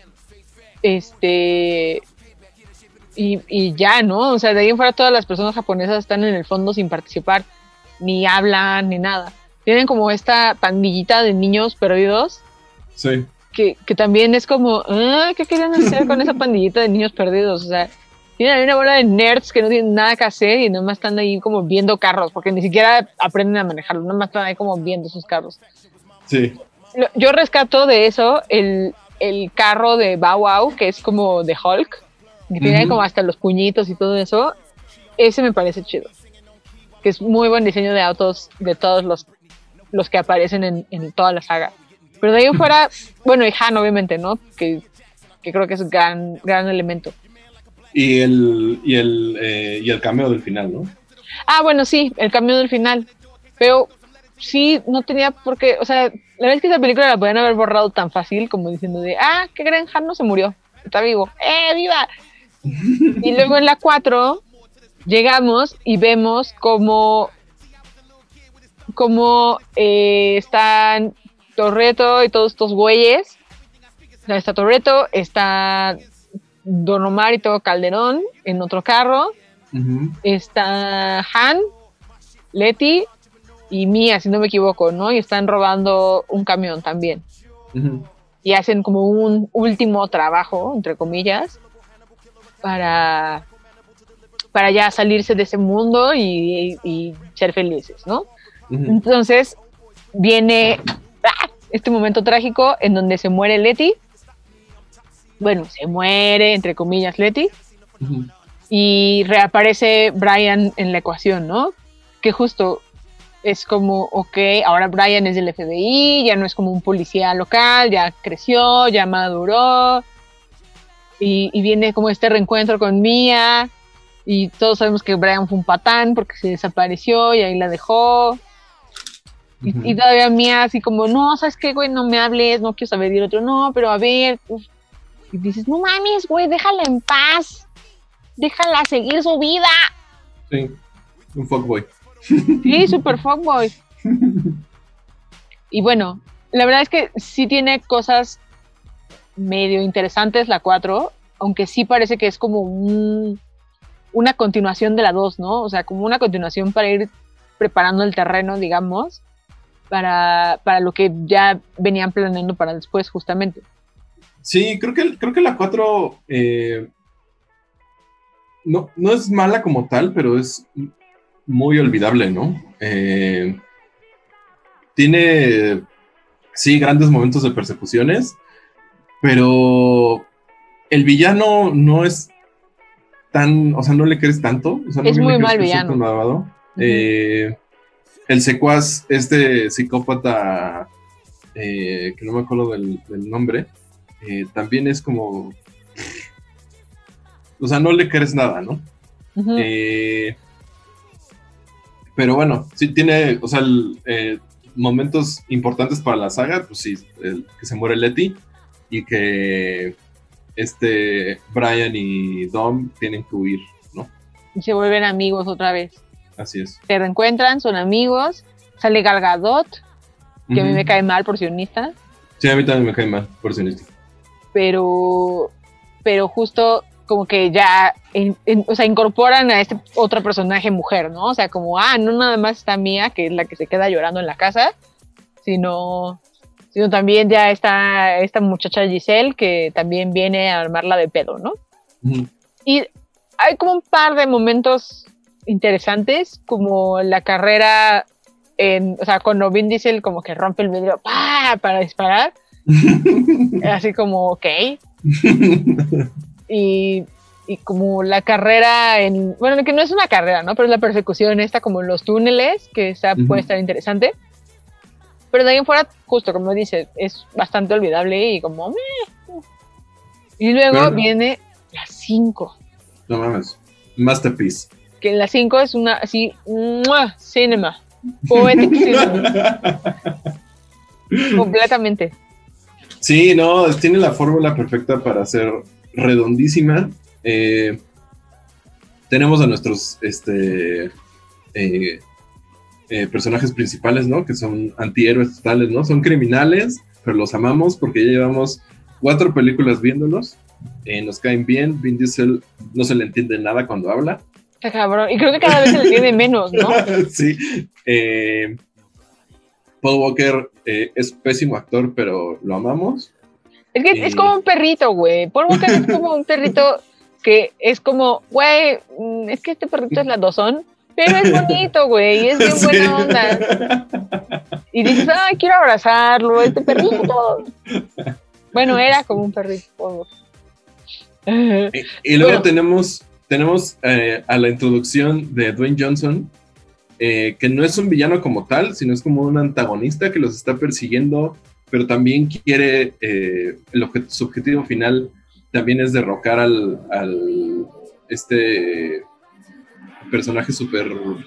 Este... Y, y ya, ¿no? O sea, de ahí en fuera todas las personas japonesas están en el fondo sin participar, ni hablan, ni nada. Tienen como esta pandillita de niños perdidos. Sí. Que, que también es como, ah, ¿qué querían hacer con esa pandillita de niños perdidos? O sea, tienen ahí una bola de nerds que no tienen nada que hacer y nomás están ahí como viendo carros, porque ni siquiera aprenden a manejarlos, nomás están ahí como viendo sus carros. Sí. Yo rescato de eso el, el carro de Bow Wow, que es como de Hulk, que uh-huh. tiene como hasta los puñitos y todo eso. Ese me parece chido. Que es muy buen diseño de autos de todos los, los que aparecen en, en toda la saga. Pero de ahí fuera, bueno, y Han, obviamente, ¿no? Que, que creo que es un gran, gran elemento. Y el, y, el, eh, y el cameo del final, ¿no? Ah, bueno, sí, el cameo del final. Pero sí, no tenía por qué, o sea, la verdad es que esa película la podían haber borrado tan fácil como diciendo de, ah, qué gran Han no se murió, está vivo, ¡eh, viva! Y luego en la cuatro llegamos y vemos cómo, cómo eh, están Toretto y todos estos güeyes. O sea, está Toretto, está Don Omar y todo Calderón en otro carro. Uh-huh. Está Han, Letty y Mia, si no me equivoco, ¿no? Y están robando un camión también. Uh-huh. Y hacen como un último trabajo, entre comillas, para, para ya salirse de ese mundo y, y, y ser felices, ¿no? Uh-huh. Entonces viene ¡ah! Este momento trágico en donde se muere Letty. Bueno, se muere, entre comillas, Letty. Uh-huh. Y reaparece Brian en la ecuación, ¿no? Que justo es como, ok, ahora Brian es del F B I, ya no es como un policía local, ya creció, ya maduró. Y, y viene como este reencuentro con Mia. Y todos sabemos que Brian fue un patán porque se desapareció y ahí la dejó. Y, uh-huh. y todavía Mia así como, no, ¿sabes qué, güey? No me hables, no quiero saber. Y el otro, no, pero a ver. Uf. Y dices, no mames, güey, déjala en paz. Déjala seguir su vida. Sí, un fuckboy. Sí, super fuckboy. Y bueno, la verdad es que sí tiene cosas medio interesantes la cuatro, aunque sí parece que es como un, una continuación de la dos, ¿no? O sea, como una continuación para ir preparando el terreno, digamos, para, para lo que ya venían planeando para después, justamente. Sí, creo que, creo que la cuatro eh, no, no es mala como tal, pero es muy olvidable, ¿no? Eh, tiene, sí, grandes momentos de persecuciones, pero el villano no es tan, o sea, no le crees tanto. O sea, no es muy mal que villano. Uh-huh. Eh, el secuaz, este psicópata, eh, que no me acuerdo del, del nombre, eh, también es como, o sea, no le crees nada, ¿no? Uh-huh. Eh, pero bueno, sí tiene, o sea, el, eh, momentos importantes para la saga, pues sí, el, que se muere Letty y que este Brian y Dom tienen que huir, ¿no? Y se vuelven amigos otra vez. Así es. Se reencuentran, son amigos, sale Gal Gadot, que uh-huh. a mí me cae mal por sionista. Sí, a mí también me cae mal por sionista. Pero, pero justo como que ya, en, en, o sea, incorporan a este otro personaje mujer, ¿no? O sea, como, ah, no nada más está Mia, que es la que se queda llorando en la casa, sino, sino también ya está esta muchacha Giselle, que también viene a armarla de pedo, ¿no? Uh-huh. Y hay como un par de momentos interesantes, como la carrera, en, o sea, cuando Vin Diesel como que rompe el vidrio ¡pah! Para disparar, así como, ok, y, y como la carrera en, bueno, que no es una carrera, ¿no? Pero es la persecución esta como en los túneles, que está, uh-huh. puede estar interesante, pero de ahí en fuera, justo como dice, es bastante olvidable y como, meh. Y luego pero, viene la cinco. No mames, masterpiece. Que la cinco es una, así, ¡mua! Cinema, poetic cinema. Completamente. Sí, no, tiene la fórmula perfecta para ser redondísima. Eh, tenemos a nuestros este, eh, eh, personajes principales, ¿no? Que son antihéroes totales, ¿no? Son criminales, pero los amamos porque ya llevamos cuatro películas viéndolos. Eh, nos caen bien. Vin Diesel no se le entiende nada cuando habla. Está cabrón. Y creo que cada vez se le entiende menos, ¿no? Sí. Eh, Paul Walker eh, es pésimo actor, pero lo amamos. Es que y... es como un perrito, güey. Paul Walker es como un perrito que es como, güey, es que este perrito es ladosón, pero es bonito, güey, y es bien sí. buena onda. Y dices, ay, quiero abrazarlo, este perrito. Bueno, era como un perrito. Y, y luego bueno. tenemos, tenemos eh, a la introducción de Dwayne Johnson, eh, que no es un villano como tal, sino es como un antagonista que los está persiguiendo, pero también quiere, eh, el objet- su objetivo final también es derrocar al, al este personaje súper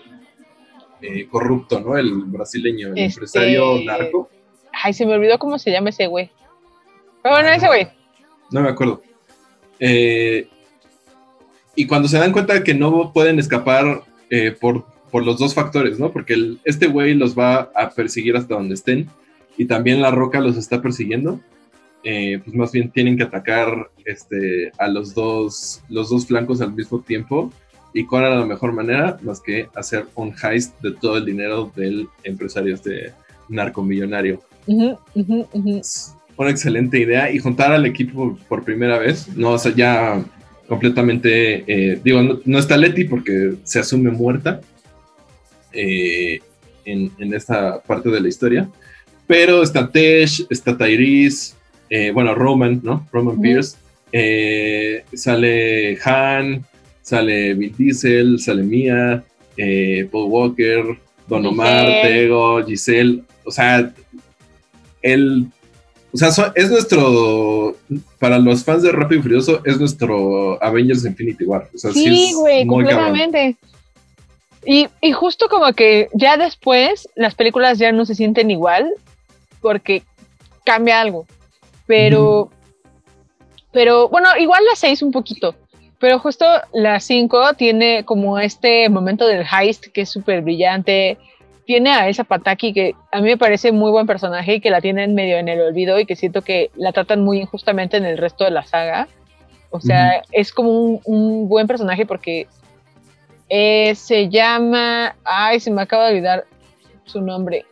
eh, corrupto, ¿no? El brasileño, el este... empresario narco. Ay, se me olvidó cómo se llama ese güey. Pero bueno, ese güey. No me acuerdo. Eh, y cuando se dan cuenta de que no pueden escapar eh, por, por los dos factores, ¿no? Porque el, este güey los va a perseguir hasta donde estén y también La Roca los está persiguiendo. Eh, pues más bien tienen que atacar este, a los dos, los dos flancos al mismo tiempo. ¿Y cuál era la mejor manera? Más que hacer un heist de todo el dinero del empresario este narcomillonario. Uh-huh, uh-huh, uh-huh. Una excelente idea, y juntar al equipo por primera vez, no, o sea, ya completamente, eh, digo, no, no está Letty porque se asume muerta eh, en, en esta parte de la historia, pero está Tesh, está Tyrese, eh, bueno, Roman, ¿no? Roman uh-huh. Pierce, eh, sale Han, sale Vin Diesel, sale Mia, eh, Paul Walker, Don Omar, Giselle. Tego, Giselle, o sea, el... O sea, so, es nuestro, para los fans de Rápido y Furioso, es nuestro Avengers Infinity War. O sea, sí, güey, sí completamente. Y, y justo como que ya después las películas ya no se sienten igual porque cambia algo. Pero, mm. pero bueno, igual las seis un poquito. Pero justo la cinco tiene como este momento del heist que es súper brillante. Tiene a Elsa Pataky, que a mí me parece muy buen personaje y que la tienen medio en el olvido y que siento que la tratan muy injustamente en el resto de la saga. O sea, uh-huh. es como un, un buen personaje porque eh, se llama... Ay, se me acaba de olvidar su nombre.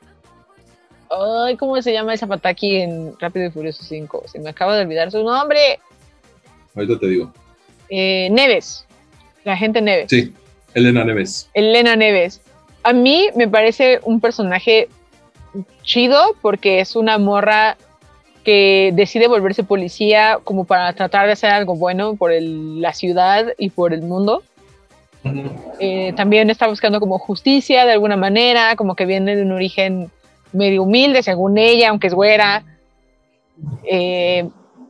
Ay, ¿cómo se llama Elsa Pataky en Rápido y Furioso cinco? Se me acaba de olvidar su nombre. Ahorita te digo. Eh, Neves. La agente Neves. Sí, Elena Neves. Elena Neves. A mí me parece un personaje chido porque es una morra que decide volverse policía como para tratar de hacer algo bueno por el, la ciudad y por el mundo. Uh-huh. Eh, también está buscando como justicia de alguna manera, como que viene de un origen medio humilde según ella, aunque es güera. Eh,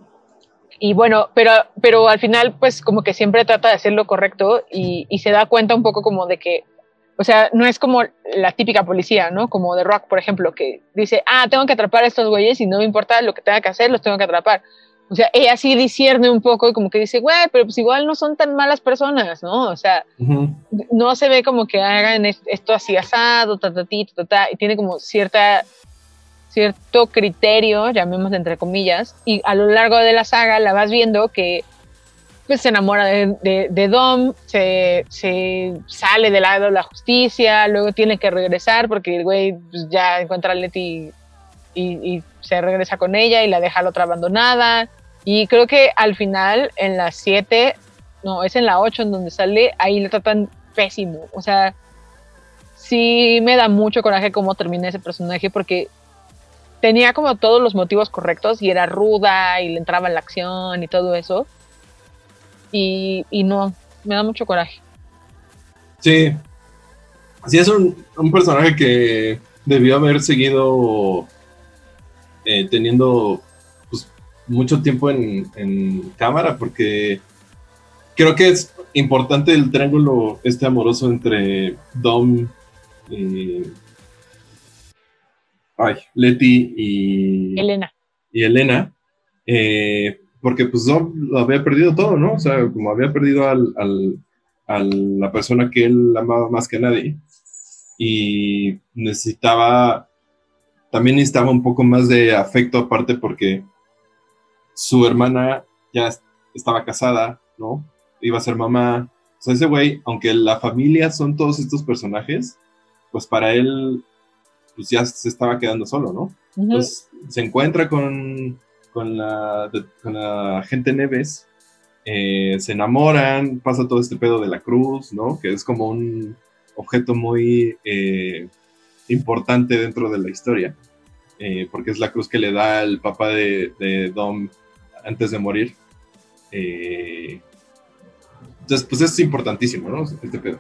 y bueno, pero, pero al final pues como que siempre trata de hacer lo correcto y, y se da cuenta un poco como de que o sea, no es como la típica policía, ¿no? Como The Rock, por ejemplo, que dice, ah, tengo que atrapar a estos güeyes y no me importa lo que tenga que hacer, los tengo que atrapar. O sea, ella sí discierne un poco y como que dice, güey, pero pues igual no son tan malas personas, ¿no? O sea, uh-huh. no se ve como que hagan esto así asado, ta, ta, ta, ta, ta, y tiene como cierta, cierto criterio, llamémoslo entre comillas, y a lo largo de la saga la vas viendo que pues se enamora de, de, de Dom, se, se sale del lado de la justicia, luego tiene que regresar porque el güey pues, ya encuentra a Letty y, y, y se regresa con ella y la deja a la otra abandonada. Y creo que al final, en la siete, no, es en la ocho en donde sale, ahí la tratan pésimo. O sea, sí me da mucho coraje cómo termina ese personaje porque tenía como todos los motivos correctos y era ruda y le entraba en la acción y todo eso. Y, y no, me da mucho coraje. Sí. Sí, es un, un personaje que debió haber seguido eh, teniendo pues, mucho tiempo en, en cámara, porque creo que es importante el triángulo este amoroso entre Dom, eh, ay, Letty y Elena. Y Elena eh, porque pues Dom lo había perdido todo, ¿no? O sea, como había perdido al, al, a la persona que él amaba más que nadie. Y necesitaba, también necesitaba un poco más de afecto aparte porque su hermana ya estaba casada, ¿no? Iba a ser mamá. O sea, ese güey, aunque la familia son todos estos personajes, pues para él, pues ya se estaba quedando solo, ¿no? Uh-huh. Entonces se encuentra con, con, la, de, con la gente Neves, eh, se enamoran, pasa todo este pedo de la cruz, ¿no? Que es como un objeto muy eh, importante dentro de la historia, eh, porque es la cruz que le da el papá de, de Dom antes de morir. Eh, entonces, pues es importantísimo, ¿no? Este pedo.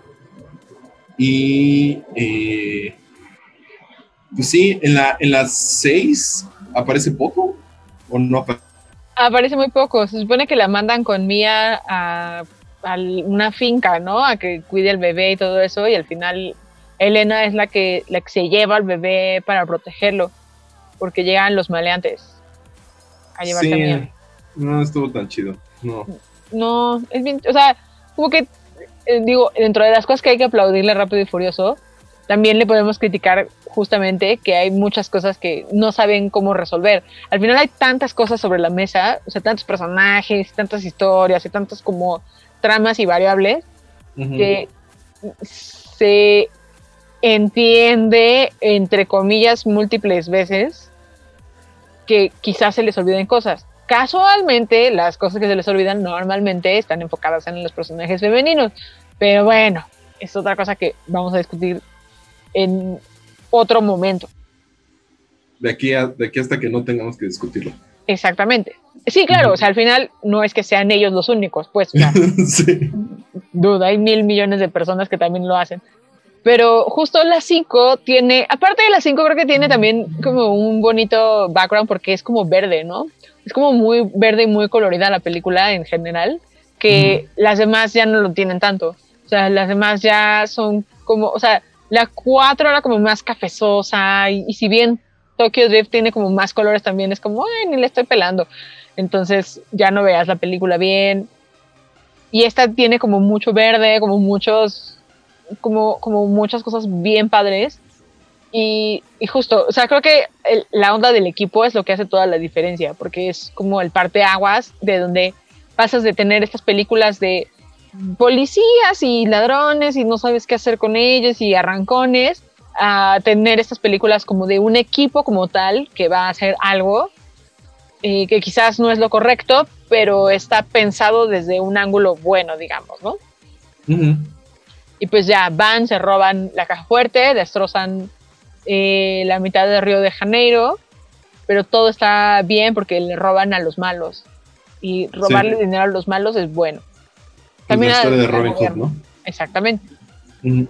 Y, eh, pues sí, en la en las seis aparece poco, ¿o no aparece? Aparece muy poco. Se supone que la mandan con Mia a a una finca, ¿no? A que cuide al bebé y todo eso, y al final Elena es la que, la que se lleva al bebé para protegerlo, porque llegan los maleantes a llevarse sí, a Mia. No estuvo tan chido, no. No, es bien, o sea, como que, eh, digo, dentro de las cosas que hay que aplaudirle Rápido y Furioso, también le podemos criticar justamente que hay muchas cosas que no saben cómo resolver. Al final hay tantas cosas sobre la mesa, o sea, tantos personajes, tantas historias y tantas como tramas y variables, uh-huh, que se entiende, entre comillas, múltiples veces que quizás se les olviden cosas. Casualmente, las cosas que se les olvidan normalmente están enfocadas en los personajes femeninos, pero bueno, es otra cosa que vamos a discutir en otro momento. De aquí, a, de aquí hasta que no tengamos que discutirlo. Exactamente. Sí, claro, uh-huh, o sea, al final no es que sean ellos los únicos, pues, claro. Sí. Duda, hay mil millones de personas que también lo hacen. Pero justo la cinco tiene, aparte de la cinco, creo que tiene también como un bonito background porque es como verde, ¿no? Es como muy verde y muy colorida la película en general, que uh-huh, las demás ya no lo tienen tanto. O sea, las demás ya son como, o sea, la cuatro era como más cafezosa y, y si bien Tokyo Drift tiene como más colores también, es como, ay, ni le estoy pelando. Entonces ya no veas la película bien. Y esta tiene como mucho verde, como muchos, como, como muchas cosas bien padres. Y, y justo, o sea, creo que el, la onda del equipo es lo que hace toda la diferencia, porque es como el parteaguas de donde pasas de tener estas películas de policías y ladrones y no sabes qué hacer con ellos y arrancones, a tener estas películas como de un equipo como tal que va a hacer algo eh, que quizás no es lo correcto, pero está pensado desde un ángulo bueno, digamos, ¿no? Uh-huh. Y pues ya van, se roban la caja fuerte, destrozan eh, la mitad de Río de Janeiro, pero todo está bien porque le roban a los malos y robarle sí. dinero a los malos es bueno. También es la historia de Robin Hood, ¿no? Exactamente. Uh-huh.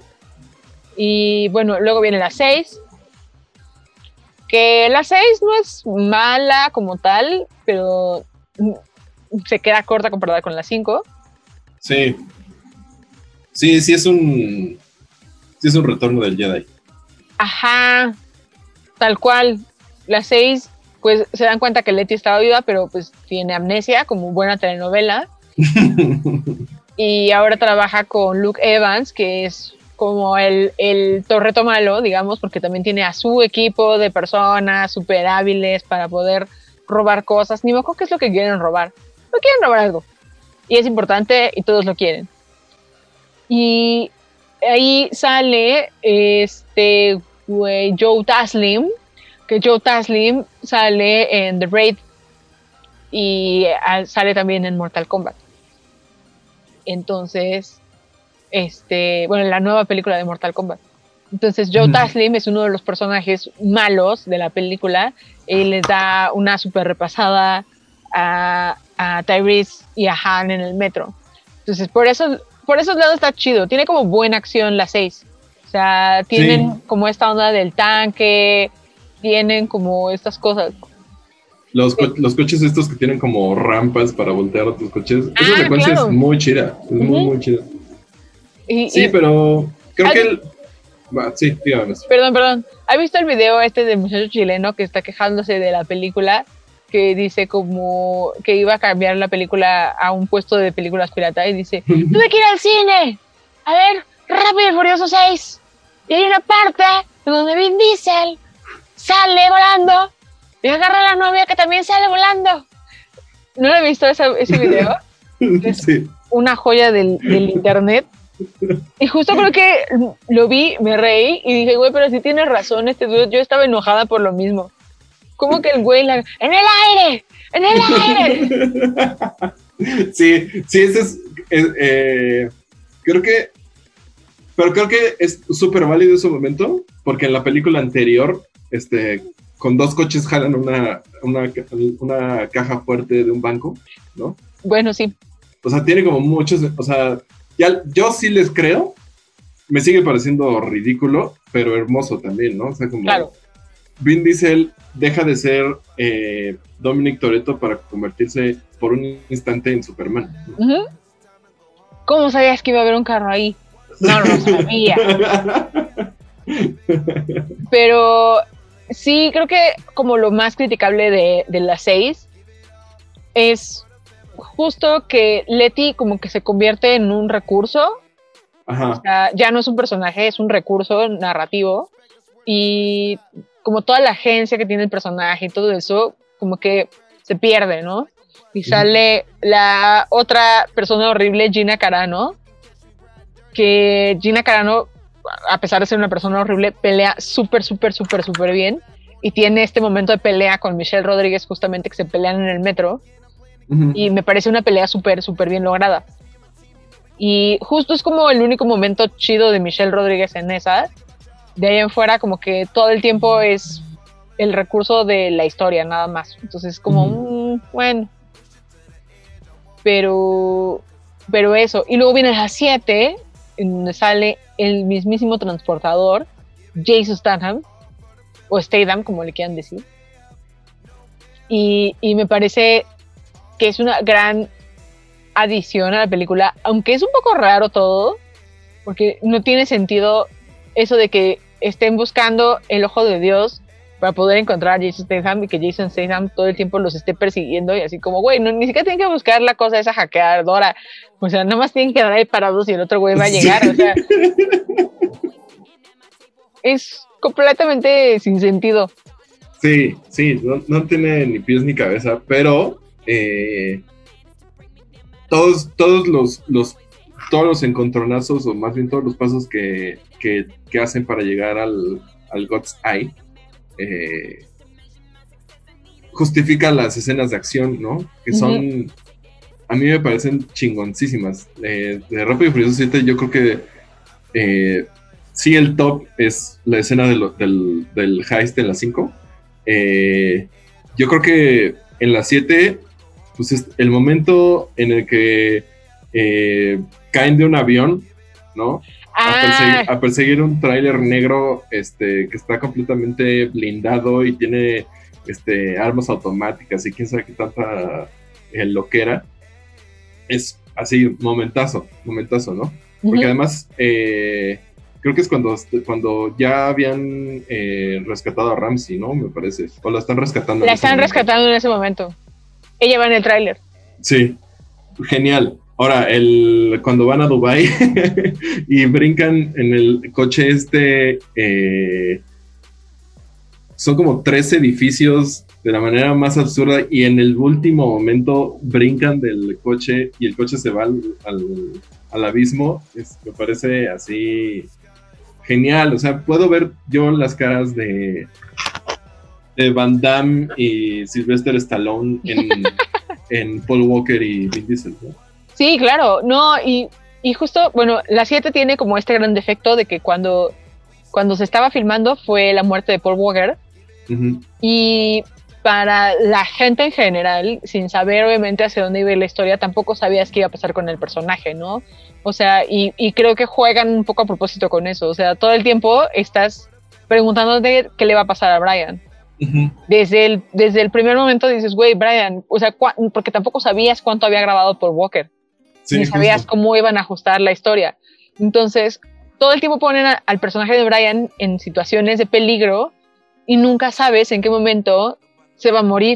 Y bueno, luego viene la seis, que la seis no es mala como tal, pero se queda corta comparada con la cinco. Sí. Sí, sí es un sí es un retorno del Jedi. Ajá, tal cual. La seis, pues se dan cuenta que Letty estaba viva, pero pues tiene amnesia, como buena telenovela. Y ahora trabaja con Luke Evans, que es como el, el torreto malo, digamos, porque también tiene a su equipo de personas súper hábiles para poder robar cosas. Ni me acuerdo qué es lo que quieren robar. No quieren robar algo. Y es importante y todos lo quieren. Y ahí sale este güey, Joe Taslim, que Joe Taslim sale en The Raid y sale también en Mortal Kombat. Entonces, este, bueno, en la nueva película de Mortal Kombat. Entonces Joe mm. Taslim es uno de los personajes malos de la película y les da una super repasada a, a Tyrese y a Han en el metro. Entonces por eso, por esos lados está chido, tiene como buena acción la seis. O sea, tienen sí. como esta onda del tanque, tienen como estas cosas. Los, co- los coches estos que tienen como rampas para voltear otros coches. Ah, esa secuencia claro. es muy chida. Es uh-huh. muy, muy chida. Y, sí, y, pero creo que el... Bah, sí, dígame. Perdón, perdón. ¿Has visto el video este del muchacho chileno que está quejándose de la película? Que dice como que iba a cambiar la película a un puesto de películas pirata y dice, tuve que ir al cine a ver Rápido y Furioso seis. Y hay una parte donde Vin Diesel sale volando y agarra a la novia que también sale volando. ¿No lo he visto esa, ese video? Es sí. una joya del, del internet. Y justo creo que lo vi, me reí y dije, güey, pero sí tienes razón este dude. Yo estaba enojada por lo mismo. ¿Cómo que el güey la... ¡En el aire! ¡En el aire! Sí, sí, ese es... es eh, creo que... Pero creo que es súper válido ese momento, porque en la película anterior, este... con dos coches jalan una, una, una caja fuerte de un banco, ¿no? Bueno, sí. O sea, tiene como muchos, o sea, ya, yo sí les creo, me sigue pareciendo ridículo, pero hermoso también, ¿no? O sea, como claro. Vin Diesel deja de ser eh, Dominic Toretto para convertirse por un instante en Superman, ¿no? Uh-huh. ¿Cómo sabías que iba a haber un carro ahí? No lo sabía. Pero... sí, creo que como lo más criticable de, de las seis es justo que Letty como que se convierte en un recurso. Ajá. O sea, ya no es un personaje, es un recurso narrativo. Y como toda la agencia que tiene el personaje y todo eso, como que se pierde, ¿no? Y sale uh-huh. la otra persona horrible, Gina Carano, que Gina Carano, a pesar de ser una persona horrible, pelea súper, súper, súper, súper bien. Y tiene este momento de pelea con Michelle Rodríguez, justamente que se pelean en el metro. Uh-huh. Y me parece una pelea súper, súper bien lograda. Y justo es como el único momento chido de Michelle Rodríguez en esa. De ahí en fuera, como que todo el tiempo es el recurso de la historia, nada más. Entonces, como, uh-huh. mmm, bueno. Pero, pero eso. Y luego viene a las siete, en donde sale el mismísimo transportador, Jason Statham, o Statham, como le quieran decir. Y, y me parece que es una gran adición a la película, aunque es un poco raro todo, porque no tiene sentido eso de que estén buscando el ojo de Dios para poder encontrar a Jason Statham y que Jason Statham todo el tiempo los esté persiguiendo y así como, güey, no, ni siquiera tienen que buscar la cosa esa hackeadora, o sea, nada más tienen que quedar ahí parados y el otro güey va a llegar, o sea, es completamente sin sentido. Sí, sí, no, no tiene ni pies ni cabeza, pero eh, todos, todos los, los todos los encontronazos, o más bien todos los pasos que, que, que hacen para llegar al, al God's Eye, eh, justifican las escenas de acción, ¿no? Que son, uh-huh. a mí me parecen chingoncísimas. Eh, de Rápido y Furioso siete yo creo que eh, sí, el top es la escena de lo, del, del heist en la cinco. Eh, yo creo que en la siete, pues es el momento en el que eh, caen de un avión, ¿no? Ah. A, perseguir, a perseguir un tráiler negro este, que está completamente blindado y tiene este, armas automáticas y quién sabe qué tanta eh, loquera. Es así, momentazo, momentazo, ¿no? Porque uh-huh. además... Eh, creo que es cuando, cuando ya habían eh, rescatado a Ramsey, ¿no? Me parece. O la están rescatando. La están rescatando en ese momento. Ella va en el tráiler. Sí. Genial. Ahora, el, cuando van a Dubái y brincan en el coche este, eh, son como tres edificios de la manera más absurda y en el último momento brincan del coche y el coche se va al, al, al abismo. Es, me parece así... genial, o sea, puedo ver yo las caras de, de Van Damme y Sylvester Stallone en, en Paul Walker y Vin Diesel, ¿no? Sí, claro, no, y Y justo, bueno, la siete tiene como este gran defecto de que cuando, cuando se estaba filmando fue la muerte de Paul Walker. Uh-huh. Y para la gente en general, sin saber obviamente hacia dónde iba la historia, tampoco sabías qué iba a pasar con el personaje, ¿no? O sea, y, y creo que juegan un poco a propósito con eso. O sea, todo el tiempo estás preguntándote qué le va a pasar a Brian. Uh-huh. Desde el, desde el primer momento dices, güey, Brian, o sea, cu- porque tampoco sabías cuánto había grabado Paul Walker. Sí, ni sabías justo. cómo iban a ajustar la historia. Entonces, todo el tiempo ponen a, al personaje de Brian en situaciones de peligro y nunca sabes en qué momento se va a morir.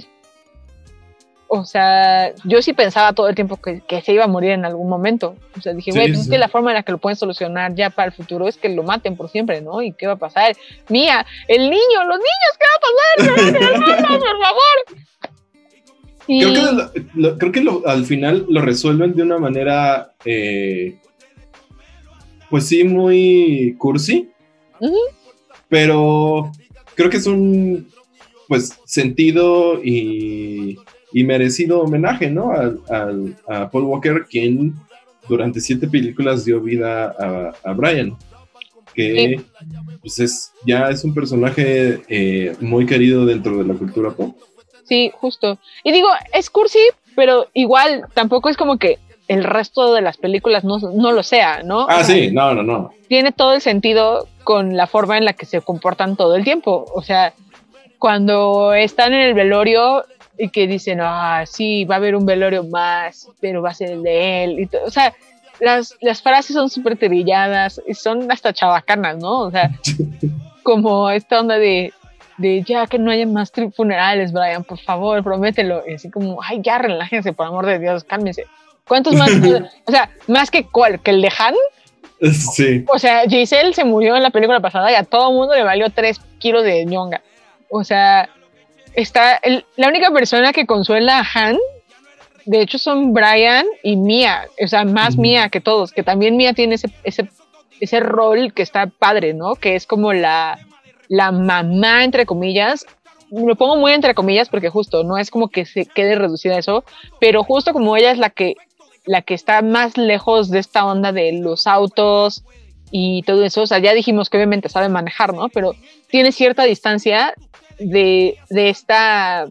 O sea, yo sí pensaba todo el tiempo que, que se iba a morir en algún momento. O sea, dije, güey, Sí, pues sí. es que la forma en la que lo pueden solucionar ya para el futuro es que lo maten por siempre, ¿no? ¿Y qué va a pasar? Mía, el niño, los niños, ¿qué va a pasar? ¡Por favor! Y... Creo que, lo, lo, creo que lo, al final lo resuelven de una manera, eh, pues sí, muy cursi, uh-huh. pero creo que es un, pues, sentido y, y merecido homenaje, ¿no? Al, al, a Paul Walker, quien durante siete películas dio vida a, a Brian, que sí. pues es, ya es un personaje eh, muy querido dentro de la cultura pop. Sí, justo. Y digo, es cursi, pero igual tampoco es como que el resto de las películas no, no lo sea, ¿no? Ah, o sea, sí, no, no, no. Tiene todo el sentido con la forma en la que se comportan todo el tiempo. O sea, cuando están en el velorio y que dicen, ah, sí, va a haber un velorio más, pero va a ser el de él. Y to- o sea, las, las frases son súper trilladas y son hasta chabacanas, ¿no? O sea, como esta onda de... de ya que no haya más tri- funerales, Brian, por favor, promételo. Y así como, ay, ya relájense, por amor de Dios, cálmense. ¿Cuántos más? O sea, más que cuál, que el de Han. Sí. O sea, Giselle se murió en la película pasada y a todo mundo le valió tres kilos de ñonga. O sea, está el, la única persona que consuela a Han, de hecho, son Brian y Mia. O sea, más mm. Mia que todos, que también Mia tiene ese, ese, ese rol que está padre, ¿no? Que es como la... la mamá, entre comillas, lo pongo muy entre comillas porque justo no es como que se quede reducida a eso, pero justo como ella es la que, la que está más lejos de esta onda de los autos y todo eso, o sea, ya dijimos que obviamente sabe manejar, ¿no? Pero tiene cierta distancia de, de esta...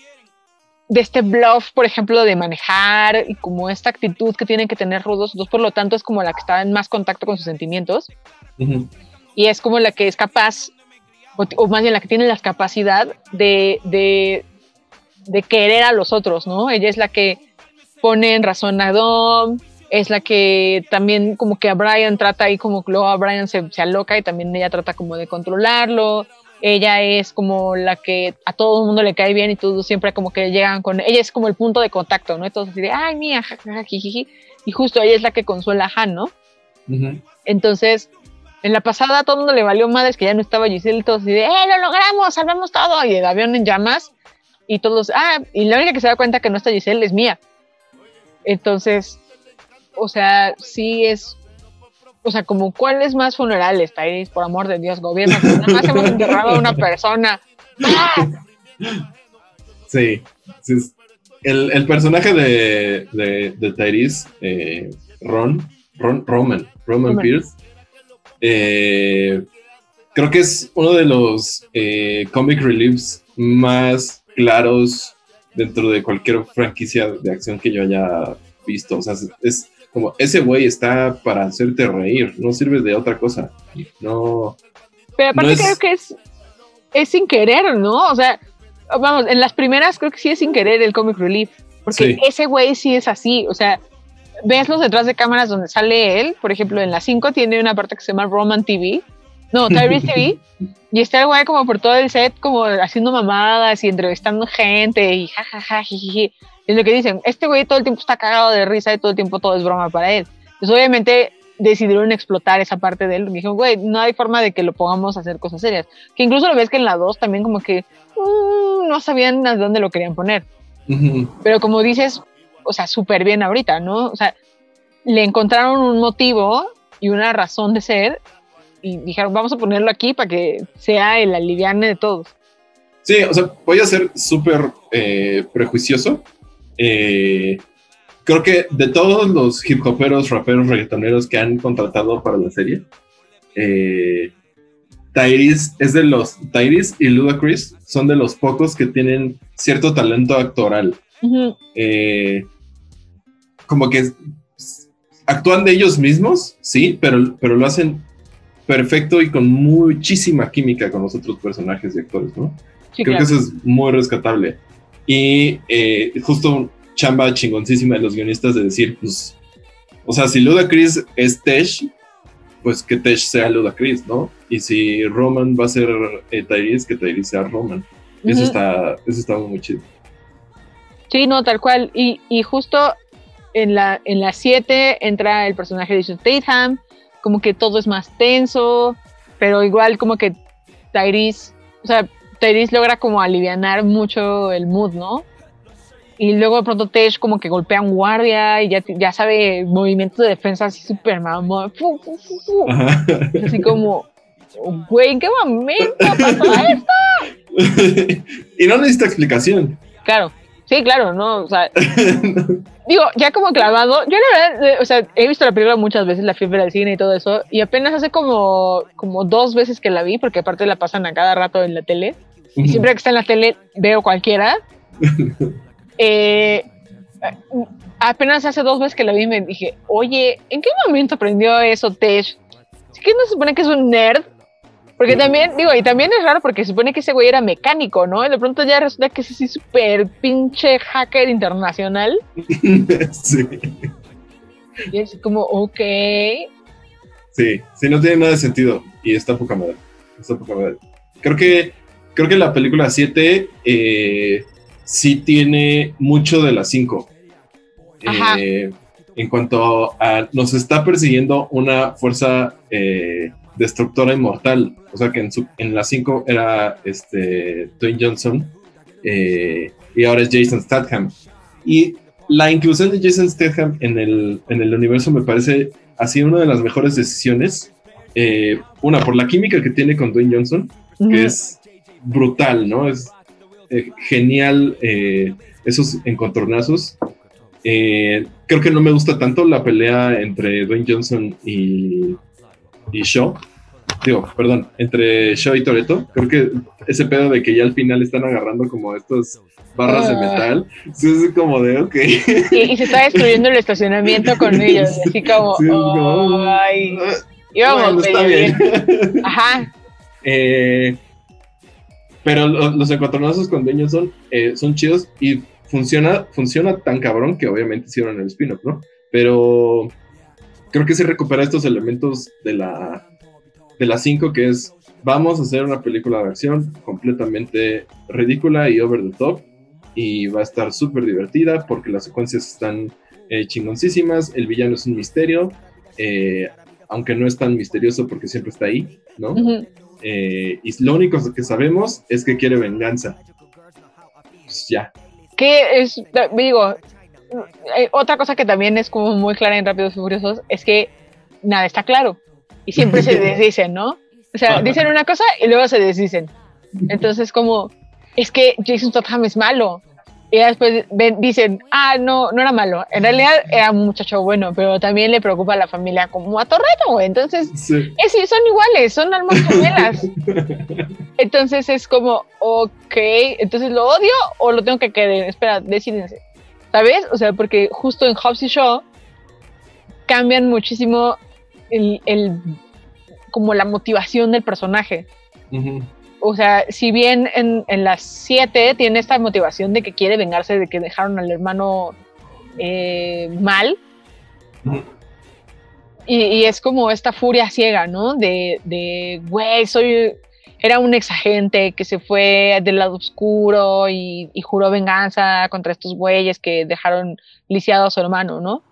de este bluff, por ejemplo, de manejar y como esta actitud que tienen que tener rudos, entonces por lo tanto es como la que está en más contacto con sus sentimientos uh-huh. y es como la que es capaz O, o más bien la que tiene la capacidad de, de, de querer a los otros, ¿no? Ella es la que pone en razón a Dom, es la que también como que a Brian trata ahí como luego a Brian se, se aloca y también ella trata como de controlarlo. Ella es como la que a todo el mundo le cae bien y todos siempre como que llegan con... Ella es como el punto de contacto, ¿no? Y todos así de, ay, mía, jajaja, jijiji. Y justo ella es la que consuela a Han, ¿no? Uh-huh. Entonces... En la pasada a todo el mundo le valió madres que ya no estaba Giselle, todos así de, ¡eh, lo logramos, salvamos todo! Y el avión en llamas, y todos, ah, y la única que se da cuenta que no está Giselle es Mia. Entonces, o sea, sí es, o sea, como, ¿cuáles más funerales, Tyrese? Por amor de Dios, gobierno, que nada más hemos enterrado a una persona. ¡Ah! Sí, sí. El, el personaje de, de, de Tyrese, eh, Ron, Ron, Roman, Roman, Roman. Pierce, Eh, creo que es uno de los eh, comic reliefs más claros dentro de cualquier franquicia de acción que yo haya visto. O sea, es, es como ese güey está para hacerte reír, no sirve de otra cosa. No. Pero aparte no es... creo que es, es sin querer, ¿no? O sea, vamos, en las primeras creo que sí es sin querer el comic relief, porque sí. Ese güey sí es así, o sea. Ves los detrás de cámaras donde sale él, por ejemplo, en la cinco tiene una parte que se llama Roman T V, no, Tyrese T V, y está el güey como por todo el set, como haciendo mamadas y entrevistando gente y jajaja, jijiji. Es lo que dicen, este güey todo el tiempo está cagado de risa y todo el tiempo todo es broma para él. Entonces, obviamente, decidieron explotar esa parte de él. Me dijeron, güey, no hay forma de que lo pongamos a hacer cosas serias. Que incluso lo ves que en la dos también como que mmm, no sabían a dónde lo querían poner. Uh-huh. Pero como dices, o sea, súper bien ahorita, ¿no? O sea, le encontraron un motivo y una razón de ser y dijeron, vamos a ponerlo aquí para que sea el aliviane de todos. Sí, o sea, voy a ser súper eh, prejuicioso, eh, creo que de todos los hip hoperos, raperos, reggaetoneros que han contratado para la serie, eh, Tyrese es de los, Tyrese y Ludacris son de los pocos que tienen cierto talento actoral. Uh-huh. Eh, como que actúan de ellos mismos, sí, pero, pero lo hacen perfecto y con muchísima química con los otros personajes y actores, ¿no? Sí, creo claro. que eso es muy rescatable. Y eh, justo chamba chingoncísima de los guionistas de decir, pues, o sea, si Ludacris es Tesh, pues que Tesh sea Ludacris, ¿no? Y si Roman va a ser eh, Tyrese, que Tyrese sea Roman. Uh-huh. Eso está, eso está muy chido. Sí, no, tal cual. Y, y justo en la en la siete entra el personaje de Jason Statham, como que todo es más tenso, pero igual como que Tyrese, o sea, Tyrese logra como alivianar mucho el mood, ¿no? Y luego de pronto Tesh como que golpea a un guardia y ya, ya sabe movimientos de defensa así súper mamón. Así como, güey, ¿en qué momento pasó esto? Y no necesita explicación. Claro, sí, claro, ¿no? O sea, digo, ya como clavado, yo la verdad, o sea, he visto la película muchas veces, la fiebre del cine y todo eso, y apenas hace como, como dos veces que la vi, porque aparte la pasan a cada rato en la tele, y siempre que está en la tele veo cualquiera. Eh, apenas hace dos veces que la vi me dije, oye, ¿en qué momento aprendió eso Tesh? ¿Es que no se supone que es un nerd? Porque también, digo, y también es raro porque se supone que ese güey era mecánico, ¿no? Y de pronto ya resulta que es así súper pinche hacker internacional. Sí. Y es como, ok. Sí, sí, no tiene nada de sentido. Y está poca madre. Está poca madre. Creo que, creo que la película siete eh, sí tiene mucho de las cinco. Eh, en cuanto a nos está persiguiendo una fuerza eh, destructora inmortal, o sea que en, su, en las cinco era este Dwayne Johnson eh, y ahora es Jason Statham, y la inclusión de Jason Statham en el, en el universo me parece así una de las mejores decisiones, eh, una por la química que tiene con Dwayne Johnson, uh-huh. que es brutal, ¿no? Es eh, genial eh, esos encontronazos. Eh, creo que no me gusta tanto la pelea entre Dwayne Johnson y, y Shaw. Digo, perdón, entre Shaw y Toretto. Creo que ese pedo de que ya al final están agarrando como estas barras uh, de metal, sí, es como de, ok. Sí, y se está destruyendo el estacionamiento con ellos, así como, sí, oh, como ay, íbamos, bueno, está bien. bien. Ajá. Eh, pero los, los encontronazos con Dwayne Johnson eh, son chidos y Funciona, funciona tan cabrón que obviamente hicieron el spin-off, ¿no? Pero creo que se recupera estos elementos de la de las cinco, que es, vamos a hacer una película de acción completamente ridícula y over the top, y va a estar súper divertida porque las secuencias están eh, chingoncísimas, el villano es un misterio, eh, aunque no es tan misterioso porque siempre está ahí, ¿no? Uh-huh. Eh, y lo único que sabemos es que quiere venganza. Pues ya. Que es, digo, eh, otra cosa que también es como muy clara en Rápidos y Furiosos es que nada está claro y siempre se desdicen, ¿no? O sea, dicen una cosa y luego se desdicen. Entonces, como, es que Jason Statham es malo. Y después ven, dicen, ah, no, no era malo. En realidad era un muchacho bueno, pero también le preocupa a la familia como a Toretto, güey. Entonces, sí. Es, son iguales, son almas gemelas. Entonces es como, ok, entonces lo odio o lo tengo que querer. Espera, decídense. ¿Sabes? O sea, porque justo en Hobbs y Shaw cambian muchísimo el, el como la motivación del personaje. Uh-huh. O sea, si bien en, en las siete tiene esta motivación de que quiere vengarse de que dejaron al hermano eh, mal, uh-huh. y, y es como esta furia ciega, ¿no? De, de güey, soy... Era un exagente que se fue del lado oscuro y, y juró venganza contra estos güeyes que dejaron lisiado a su hermano, ¿no?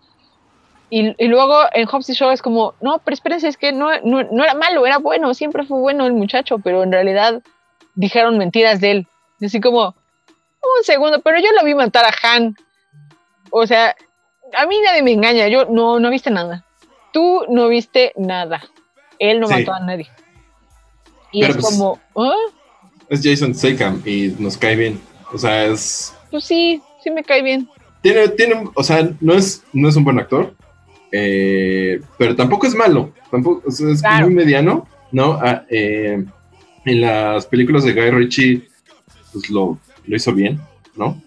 Y, y luego en Hobbs y Shaw es como, no, pero espérense, es que no, no, no era malo, era bueno, siempre fue bueno el muchacho, pero en realidad dijeron mentiras de él. Y así como, un segundo, pero yo lo vi matar a Han. O sea, a mí nadie me engaña, yo no, no viste nada. Tú no viste nada. Él no sí. mató a nadie. Y pero es pues, como, ¿ah? Es Jason Statham y nos cae bien. O sea, es... Pues sí, sí me cae bien. tiene, tiene, o sea, no es, no es un buen actor, eh, pero tampoco es malo, tampoco, o sea, es claro. muy mediano, ¿no? Ah, eh, en las películas de Guy Ritchie, pues lo, lo hizo bien, ¿no?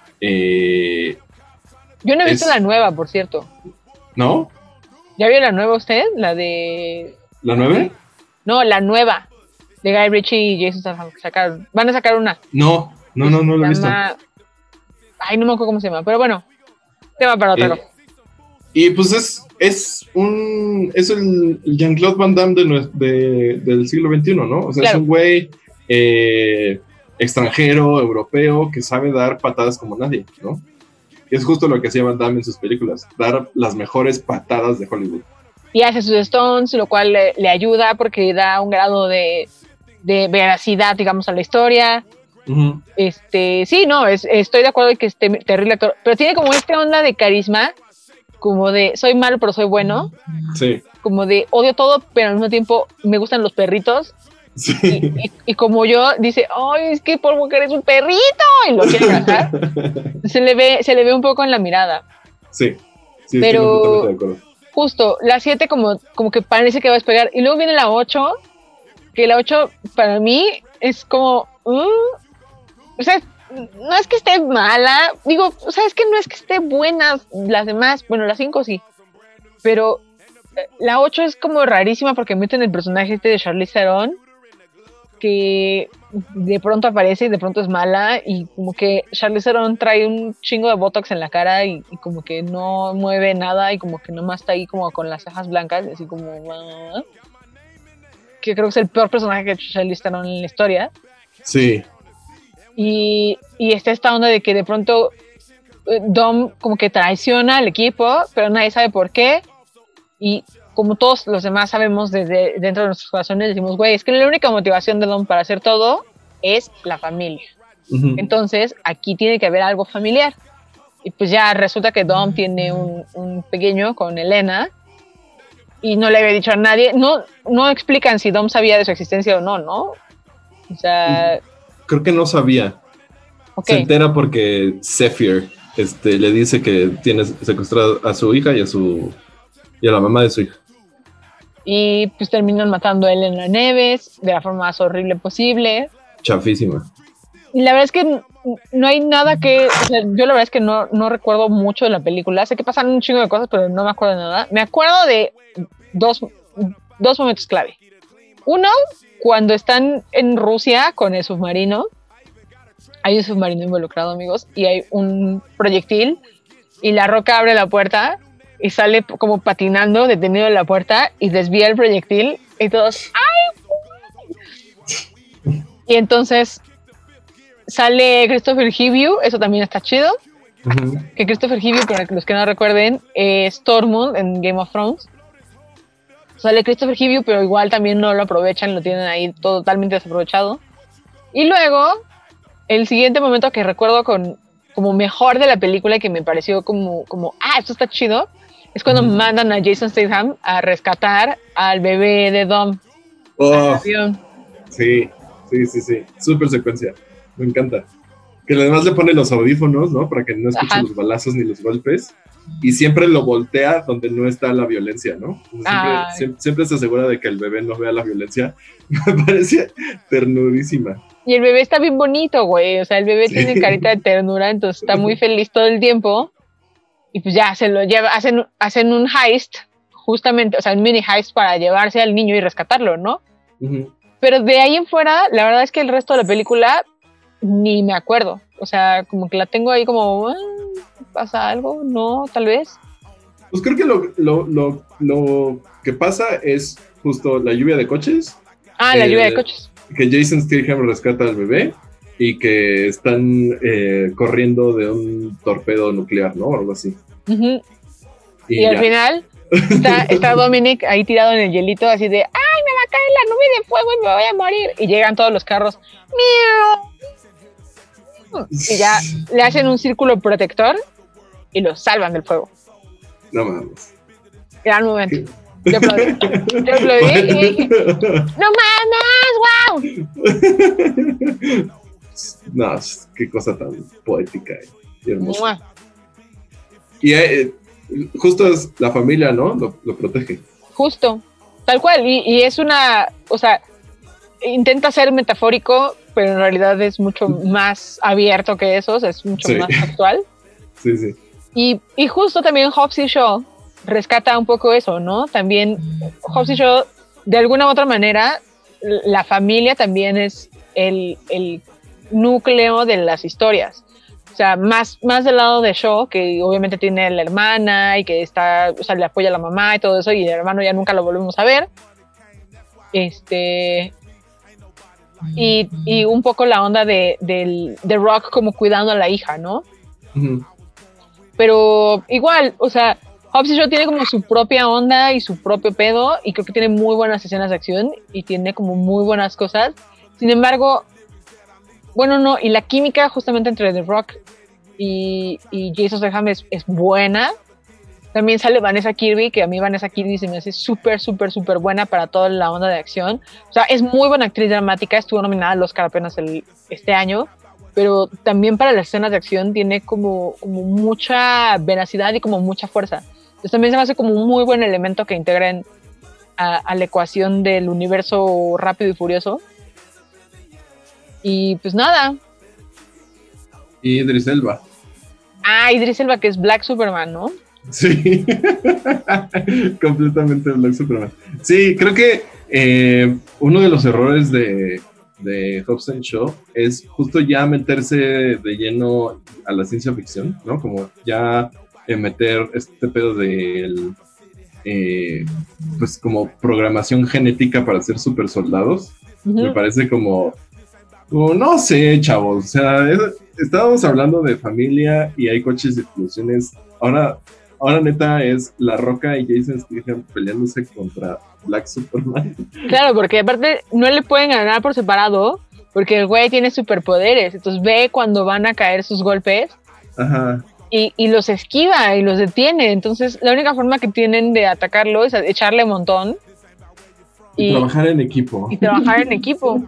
Eh, Yo no he visto es, la nueva, por cierto. ¿No? ¿Ya vio la nueva usted? La de... ¿La nueva? No, la nueva. De Guy Ritchie y Jason Statham. Sacaron. Van a sacar una. No, no, no, no lo he visto. Ay, no me acuerdo cómo se llama, pero bueno. Tema para otro. Eh, y pues es, es un... Es el, el Jean-Claude Van Damme de, de, del siglo veintiuno, ¿no? O sea, claro. Es un güey eh, extranjero, europeo, que sabe dar patadas como nadie, ¿no? Es justo lo que hacía Van Damme en sus películas, dar las mejores patadas de Hollywood. Y hace sus stunts, lo cual le, le ayuda porque da un grado de, de veracidad, digamos, a la historia. Uh-huh. Este, sí, no, es, estoy de acuerdo en que es terrible actor, pero tiene como esta onda de carisma, como de soy malo pero soy bueno. Sí. Como de odio todo, pero al mismo tiempo me gustan los perritos. Sí. Y, y, y como yo, dice, ay, es que por mujer es un perrito, y lo quiere abrazar. se le ve, se le ve un poco en la mirada. Sí, sí, pero estoy completamente de acuerdo. Justo, la siete como, como que parece que va a despegar, y luego viene la ocho, que la ocho para mí es como, uh, o sea, no es que esté mala, digo, o sea, es que no es que esté buena las demás, bueno, las cinco sí, pero la ocho es como rarísima porque meten el personaje este de Charlize Theron, que de pronto aparece y de pronto es mala, y como que Charlize Theron trae un chingo de botox en la cara y, y como que no mueve nada y como que nomás está ahí como con las cejas blancas, así como uh, que creo que es el peor personaje que ha hecho Charlize Theron en la historia. Sí. Y, y está esta onda de que de pronto eh, Dom como que traiciona al equipo, pero nadie sabe por qué, y como todos los demás sabemos desde dentro de nuestros corazones, decimos, güey, es que la única motivación de Dom para hacer todo es la familia. Uh-huh. Entonces, aquí tiene que haber algo familiar. Y pues ya resulta que Dom tiene un, un pequeño con Elena y no le había dicho a nadie. No, no explican si Dom sabía de su existencia o no, ¿no? O sea... Creo que no sabía. Okay. Se entera porque Zephyr este, le dice que tiene secuestrado a su hija y a, su, y a la mamá de su hija. Y pues terminan matando a Elena Neves de la forma más horrible posible. Chafísima. Y la verdad es que no hay nada que... O sea, yo la verdad es que no, no recuerdo mucho de la película. Sé que pasan un chingo de cosas, pero no me acuerdo de nada. Me acuerdo de dos, dos momentos clave. Uno, cuando están en Rusia con el submarino. Hay un submarino involucrado, amigos, y hay un proyectil. Y La Roca abre la puerta y sale como patinando, detenido en la puerta, y desvía el proyectil, y todos, ¡ay! Y entonces sale Christopher Hivju, eso también está chido, uh-huh. Que Christopher Hivju, para los que no recuerden, es Tormund en Game of Thrones. Sale Christopher Hivju, pero igual también no lo aprovechan, lo tienen ahí totalmente desaprovechado. Y luego, el siguiente momento que recuerdo con, como mejor de la película, que me pareció como, como ah, esto está chido, es cuando mm. mandan a Jason Statham a rescatar al bebé de Dom. Oh, sí, sí, sí, sí. Súper secuencia. Me encanta. Que además le pone los audífonos, ¿no? Para que no escuche los balazos ni los golpes. Y siempre lo voltea donde no está la violencia, ¿no? Siempre, siempre, siempre se asegura de que el bebé no vea la violencia. Me parece ternudísima. Y el bebé está bien bonito, güey. O sea, el bebé sí. tiene carita de ternura, entonces está muy feliz todo el tiempo. Y pues ya se lo lleva, hacen, hacen un heist, justamente, o sea, un mini heist para llevarse al niño y rescatarlo, ¿no? Uh-huh. Pero de ahí en fuera, la verdad es que el resto de la película ni me acuerdo. O sea, como que la tengo ahí como, ah, ¿pasa algo? No, tal vez. Pues creo que lo, lo, lo, lo que pasa es justo la lluvia de coches. Ah, la eh, lluvia de coches. Que Jason Statham rescata al bebé y que están eh, corriendo de un torpedo nuclear, ¿no? O algo así. Uh-huh. Y, y al final está, está Dominic ahí tirado en el hielito así de, ¡ay, me va a caer la nube de fuego y me voy a morir! Y llegan todos los carros, ¡miau! Y ya le hacen un círculo protector y lo salvan del fuego. No mames. Gran momento. Yo aplaudí. Yo aplaudí y dije, ¡no mames! ¡Wow! No, qué cosa tan poética y hermosa. Y eh, justo es la familia, ¿no? Lo, lo protege. Justo, tal cual. Y, y es una, o sea, intenta ser metafórico, pero en realidad es mucho más abierto que eso, o sea, es mucho Sí. más actual. Sí, sí. Y, y justo también Hobbs y Shaw rescata un poco eso, ¿no? También Hobbs y Shaw, de alguna u otra manera, la familia también es el, el núcleo de las historias. O sea, más, más del lado de Shaw, que obviamente tiene la hermana y que está, o sea, le apoya a la mamá y todo eso, y el hermano ya nunca lo volvemos a ver. Este... Y, y un poco la onda de, de, de Rock como cuidando a la hija, ¿no? Uh-huh. Pero igual, o sea, Hobbs y Shaw tiene como su propia onda y su propio pedo, y creo que tiene muy buenas escenas de acción y tiene como muy buenas cosas. Sin embargo, bueno, no, y la química justamente entre The Rock y, y Jason Statham es, es buena. También sale Vanessa Kirby, que a mí Vanessa Kirby se me hace súper, súper, súper buena para toda la onda de acción. O sea, es muy buena actriz dramática, estuvo nominada al Oscar apenas el, este año, pero también para las escenas de acción tiene como, como mucha veracidad y como mucha fuerza. Entonces también se me hace como un muy buen elemento que integren a, a la ecuación del universo Rápido y Furioso. Y pues nada. Y Idris Elba. Ah, Idris Elba, que es Black Superman, ¿no? Sí, completamente Black Superman. Sí, creo que eh, uno de los errores de, de Hobbs and Shaw es justo ya meterse de lleno a la ciencia ficción, ¿no? Como ya eh, meter este pedo del eh, pues como programación genética para ser super soldados. Uh-huh. Me parece como, como no sé, chavos, o sea, es, estábamos hablando de familia y hay coches de explosiones. Ahora Ahora neta es La Roca y Jason Statham peleándose contra Black Superman. Claro, porque aparte no le pueden ganar por separado, porque el güey tiene superpoderes. Entonces ve cuando van a caer sus golpes. Ajá. Y, y los esquiva y los detiene. Entonces la única forma que tienen de atacarlo es echarle un montón. Y, y trabajar en equipo. Y trabajar en equipo.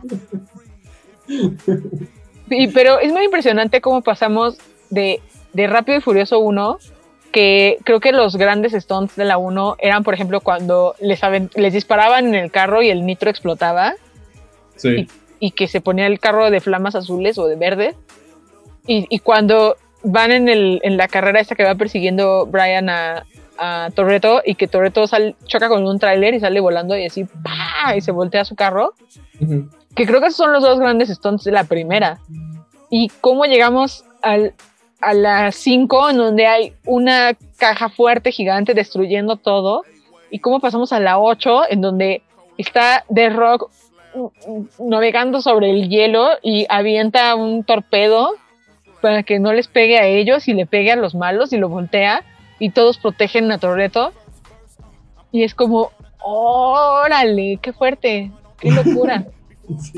Y, pero es muy impresionante cómo pasamos de, de Rápido y Furioso uno, que creo que los grandes stunts de la uno eran, por ejemplo, cuando les, avent- les disparaban en el carro y el nitro explotaba. Sí. Y, y que se ponía el carro de flamas azules o de verde. Y, y cuando van en, el, en la carrera esta que va persiguiendo Brian a, a Toretto, y que Toretto sal, choca con un tráiler y sale volando y así, ¡pah! Y se voltea su carro. Uh-huh. Que creo que esos son los dos grandes stunts de la primera. Y cómo llegamos al... a las cinco, en donde hay una caja fuerte gigante destruyendo todo, y cómo pasamos a la ocho, en donde está The Rock navegando sobre el hielo y avienta un torpedo para que no les pegue a ellos y le pegue a los malos y lo voltea y todos protegen a Toretto, y es como, órale, qué fuerte, qué locura. Sí.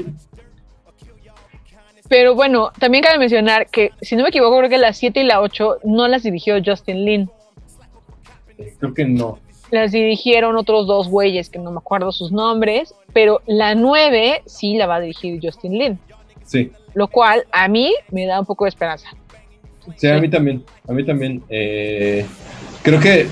Pero bueno, también cabe mencionar que, si no me equivoco, creo que las siete y la ocho no las dirigió Justin Lin. Creo que no. Las dirigieron otros dos güeyes que no me acuerdo sus nombres, pero la nueve sí la va a dirigir Justin Lin. Sí. Lo cual a mí me da un poco de esperanza. Sí, sí. a mí también. A mí también. Eh, creo que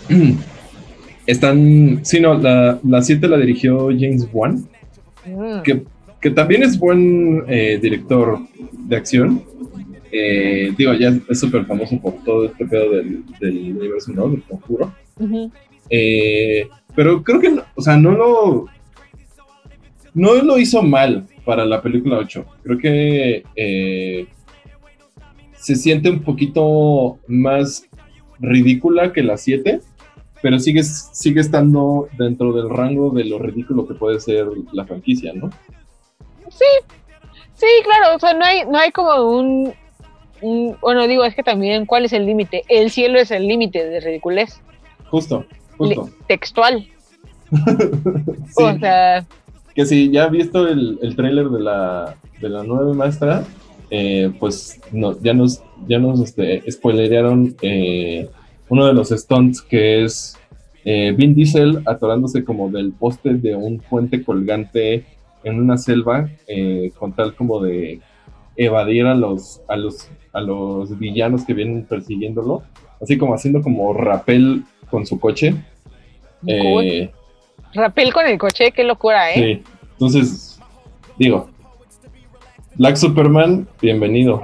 están... Sí, no, la siete la, la dirigió James Wan. Mm. Que... que también es buen eh, director de acción. Eh, digo, ya es súper famoso por todo este pedo del, del universo, ¿no? Del Conjuro. Uh-huh. Eh, pero creo que, no, o sea, no lo... No lo hizo mal para la película ocho. Creo que eh, se siente un poquito más ridícula que la siete, pero sigue, sigue estando dentro del rango de lo ridículo que puede ser la franquicia, ¿no? Sí, sí, claro, o sea, no hay, no hay como un, un, bueno, digo, es que también, ¿cuál es el límite? El cielo es el límite de ridiculez. Justo, justo. Le, textual. Sí. O sea... Que si ya has visto el, el tráiler de la, de la nueva maestra, eh, pues no, ya nos, ya nos este, spoilerearon eh, uno de los stunts, que es eh, Vin Diesel atorándose como del poste de un puente colgante en una selva, eh, con tal como de evadir a los, a los, a los villanos que vienen persiguiéndolo. así como haciendo como rappel con su coche. Eh, Rappel con el coche, qué locura, ¿eh? Sí, entonces, digo, Black Superman, bienvenido.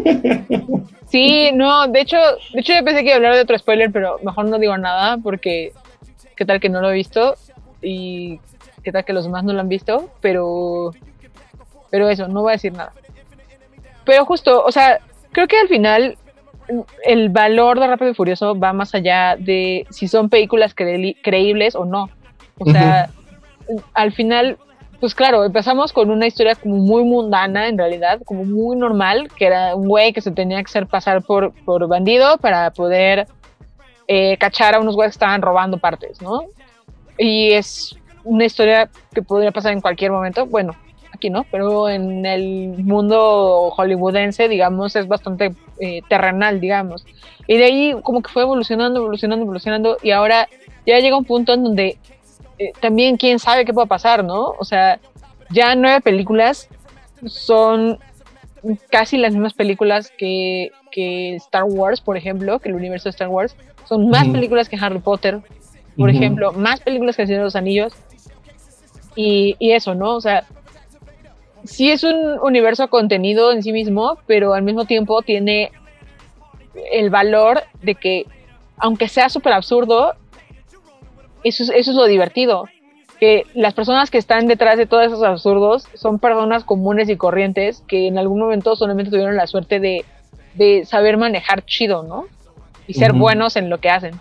Sí, no, de hecho, de hecho yo pensé que iba a hablar de otro spoiler, pero mejor no digo nada porque qué tal que no lo he visto y qué tal que los demás no lo han visto, pero pero eso, no voy a decir nada. Pero justo, o sea, creo que al final el valor de Rápido y Furioso va más allá de si son películas cre- creíbles o no. O sea, uh-huh. Al final, pues claro, empezamos con una historia como muy mundana en realidad, como muy normal, que era un güey que se tenía que hacer pasar por, por bandido para poder eh, cachar a unos güeyes que estaban robando partes, ¿no? Y es una historia que podría pasar en cualquier momento, bueno, aquí no, pero en el mundo hollywoodense, digamos, es bastante eh, terrenal, digamos. Y de ahí como que fue evolucionando, evolucionando, evolucionando, y ahora ya llega un punto en donde Eh, también quién sabe qué puede pasar, ¿no? O sea, ya nueve películas son casi las mismas películas que, que Star Wars, por ejemplo, que el universo de Star Wars. Son más uh-huh. películas que Harry Potter, por uh-huh. ejemplo, más películas que El Señor de los Anillos. Y, y eso, ¿no? O sea, sí es un universo contenido en sí mismo, pero al mismo tiempo tiene el valor de que, aunque sea súper absurdo, Eso es, eso es lo divertido, que las personas que están detrás de todos esos absurdos son personas comunes y corrientes que en algún momento solamente tuvieron la suerte de, de saber manejar chido, ¿no? Y ser uh-huh. buenos en lo que hacen.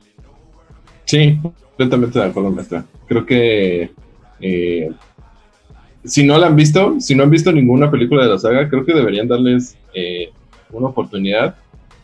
Sí, completamente de acuerdo, maestra. Creo que eh, si no la han visto, si no han visto ninguna película de la saga, creo que deberían darles eh, una oportunidad,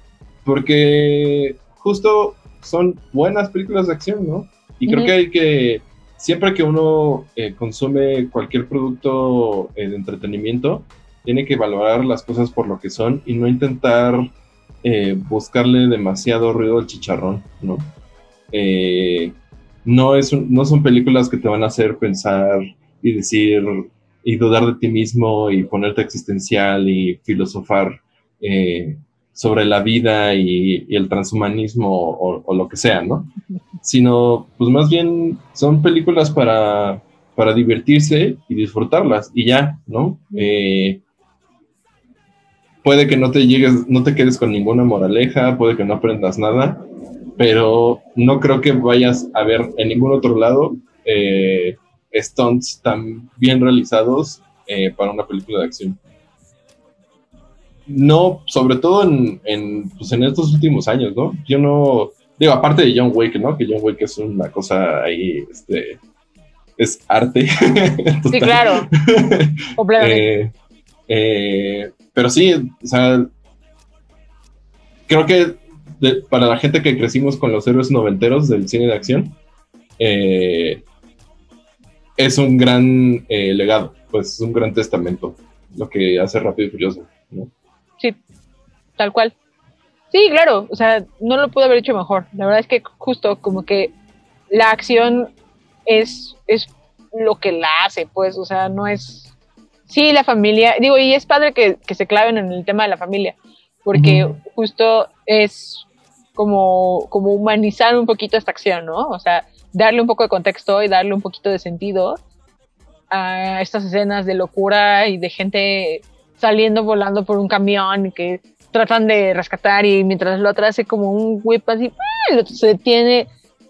porque justo son buenas películas de acción, ¿no? Y creo uh-huh. que hay que, siempre que uno eh, consume cualquier producto eh, de entretenimiento, tiene que valorar las cosas por lo que son y no intentar eh, buscarle demasiado ruido al chicharrón, ¿no? Eh, no, es un, no son películas que te van a hacer pensar y decir y dudar de ti mismo y ponerte existencial y filosofar eh, sobre la vida y, y el transhumanismo o, o lo que sea, ¿no? Sino, pues más bien son películas para, para divertirse y disfrutarlas y ya, ¿no? Eh, puede que no te llegues, no te quedes con ninguna moraleja, puede que no aprendas nada, pero no creo que vayas a ver en ningún otro lado eh, stunts tan bien realizados eh, para una película de acción. No, sobre todo en, en, pues en estos últimos años, ¿no? Yo no... Digo, aparte de John Wick, ¿no? Que John Wick es una cosa ahí, este... Es arte. Sí, claro. Completamente. eh, eh, pero sí, o sea... Creo que de, para la gente que crecimos con los héroes noventeros del cine de acción, eh, es un gran eh, legado, pues es un gran testamento, lo que hace Rápido y Furioso, ¿no? Sí, tal cual. Sí, claro, o sea, no lo pude haber hecho mejor. La verdad es que justo como que la acción es, es lo que la hace, pues, o sea, no es... Sí, la familia, digo, y es padre que, que se claven en el tema de la familia, porque uh-huh. justo es como, como humanizar un poquito esta acción, ¿no? O sea, darle un poco de contexto y darle un poquito de sentido a estas escenas de locura y de gente saliendo volando por un camión que tratan de rescatar y mientras lo otro hace como un whip así, el otro se detiene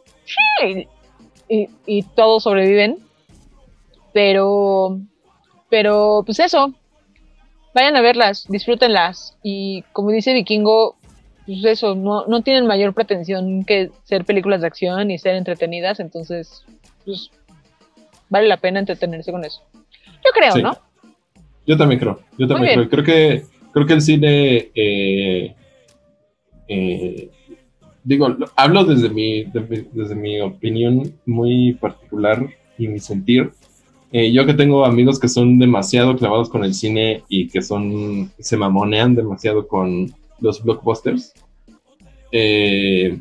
y, y todos sobreviven, pero pero pues eso, vayan a verlas, disfrútenlas y como dice Vikingo, pues eso, no, no tienen mayor pretensión que ser películas de acción y ser entretenidas, entonces pues vale la pena entretenerse con eso, yo creo, sí. ¿No? Yo también creo, yo también creo. Creo que, creo que el cine, eh, eh, digo, hablo desde mi, de, desde mi opinión muy particular y mi sentir. Eh, yo que tengo amigos que son demasiado clavados con el cine y que son, se mamonean demasiado con los blockbusters. Eh,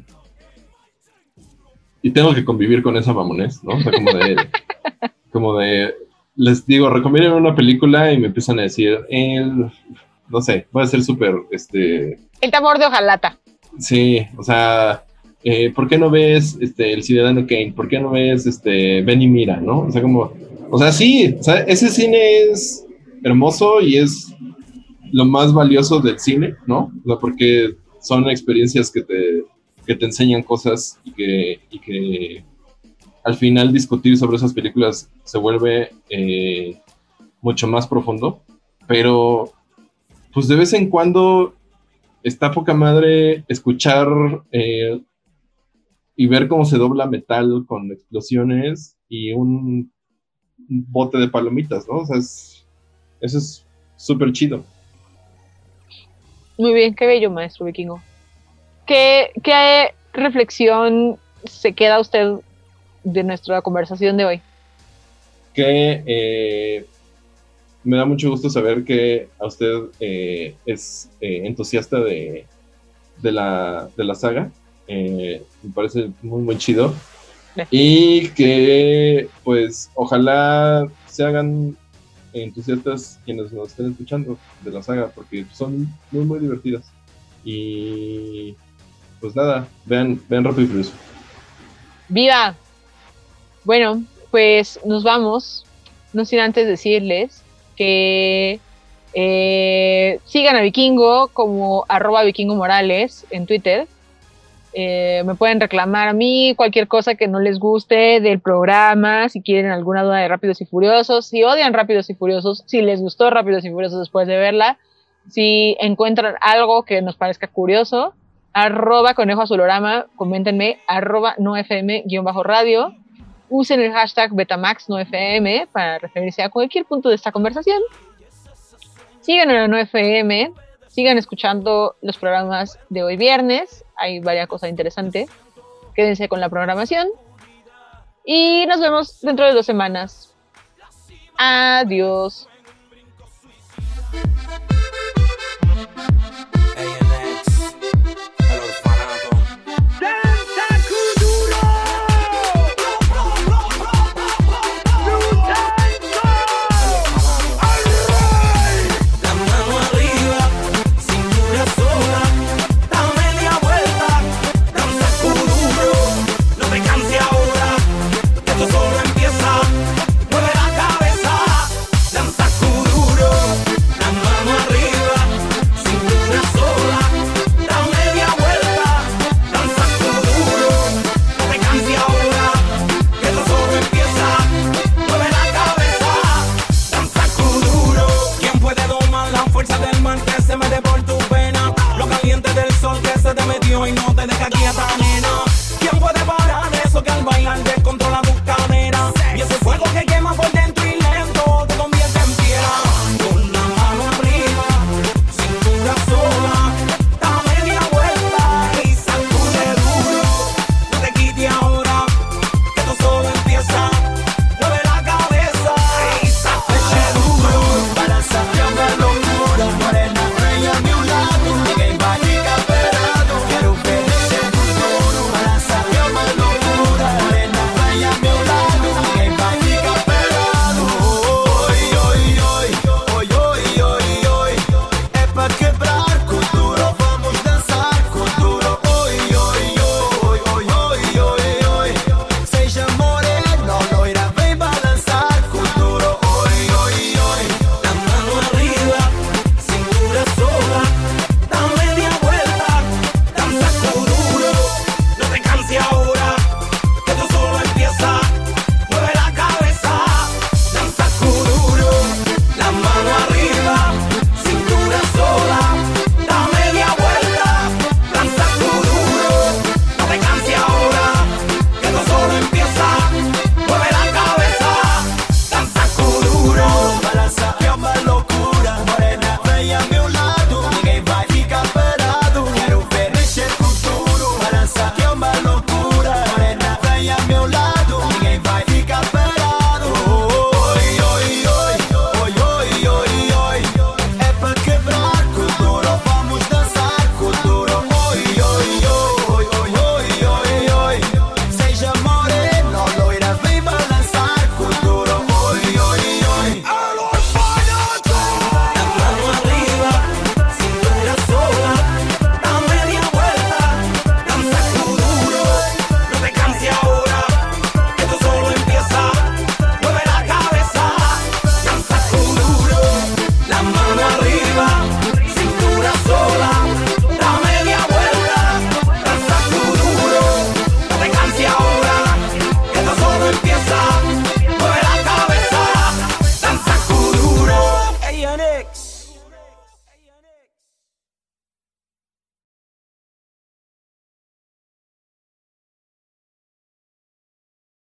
y tengo que convivir con esa mamonés, ¿no? O sea, como de, como de... Les digo, recomienden una película y me empiezan a decir, eh, no sé, voy a ser súper, este... El tambor de hojalata. Sí, o sea, eh, ¿por qué no ves este, El Ciudadano Kane? ¿Por qué no ves este, Ven y Mira, ¿no? O sea, como, o sea, sí, o sea, ese cine es hermoso y es lo más valioso del cine, ¿no? O sea, porque son experiencias que te, que te enseñan cosas y que, y que al final discutir sobre esas películas se vuelve eh, mucho más profundo, pero pues de vez en cuando está poca madre escuchar eh, y ver cómo se dobla metal con explosiones y un, un bote de palomitas, ¿no? O sea, es, eso es súper chido. Muy bien, qué bello, maestro vikingo. ¿Qué, qué reflexión se queda usted de nuestra conversación de hoy? Que eh, me da mucho gusto saber que a usted eh, es eh, entusiasta de, de, la, de la saga. Eh, me parece muy, muy chido. Y que, pues, ojalá se hagan entusiastas quienes nos estén escuchando de la saga, porque son muy, muy divertidas. Y, pues nada, vean, vean Rápido y Furioso. ¡Viva! Bueno, pues nos vamos. No sin antes decirles que eh, sigan a Vikingo como arroba Vikingo Morales en Twitter. Eh, me pueden reclamar a mí cualquier cosa que no les guste del programa, si quieren alguna duda de Rápidos y Furiosos, si odian Rápidos y Furiosos, si les gustó Rápidos y Furiosos después de verla, si encuentran algo que nos parezca curioso, arroba Conejo Azulorama, coméntenme, arroba nofm guión bajo radio, usen el hashtag Betamax no F M para referirse a cualquier punto de esta conversación. Sigan en la No F M, sigan escuchando los programas de hoy viernes, hay varias cosas interesantes. Quédense con la programación y nos vemos dentro de dos semanas. Adiós.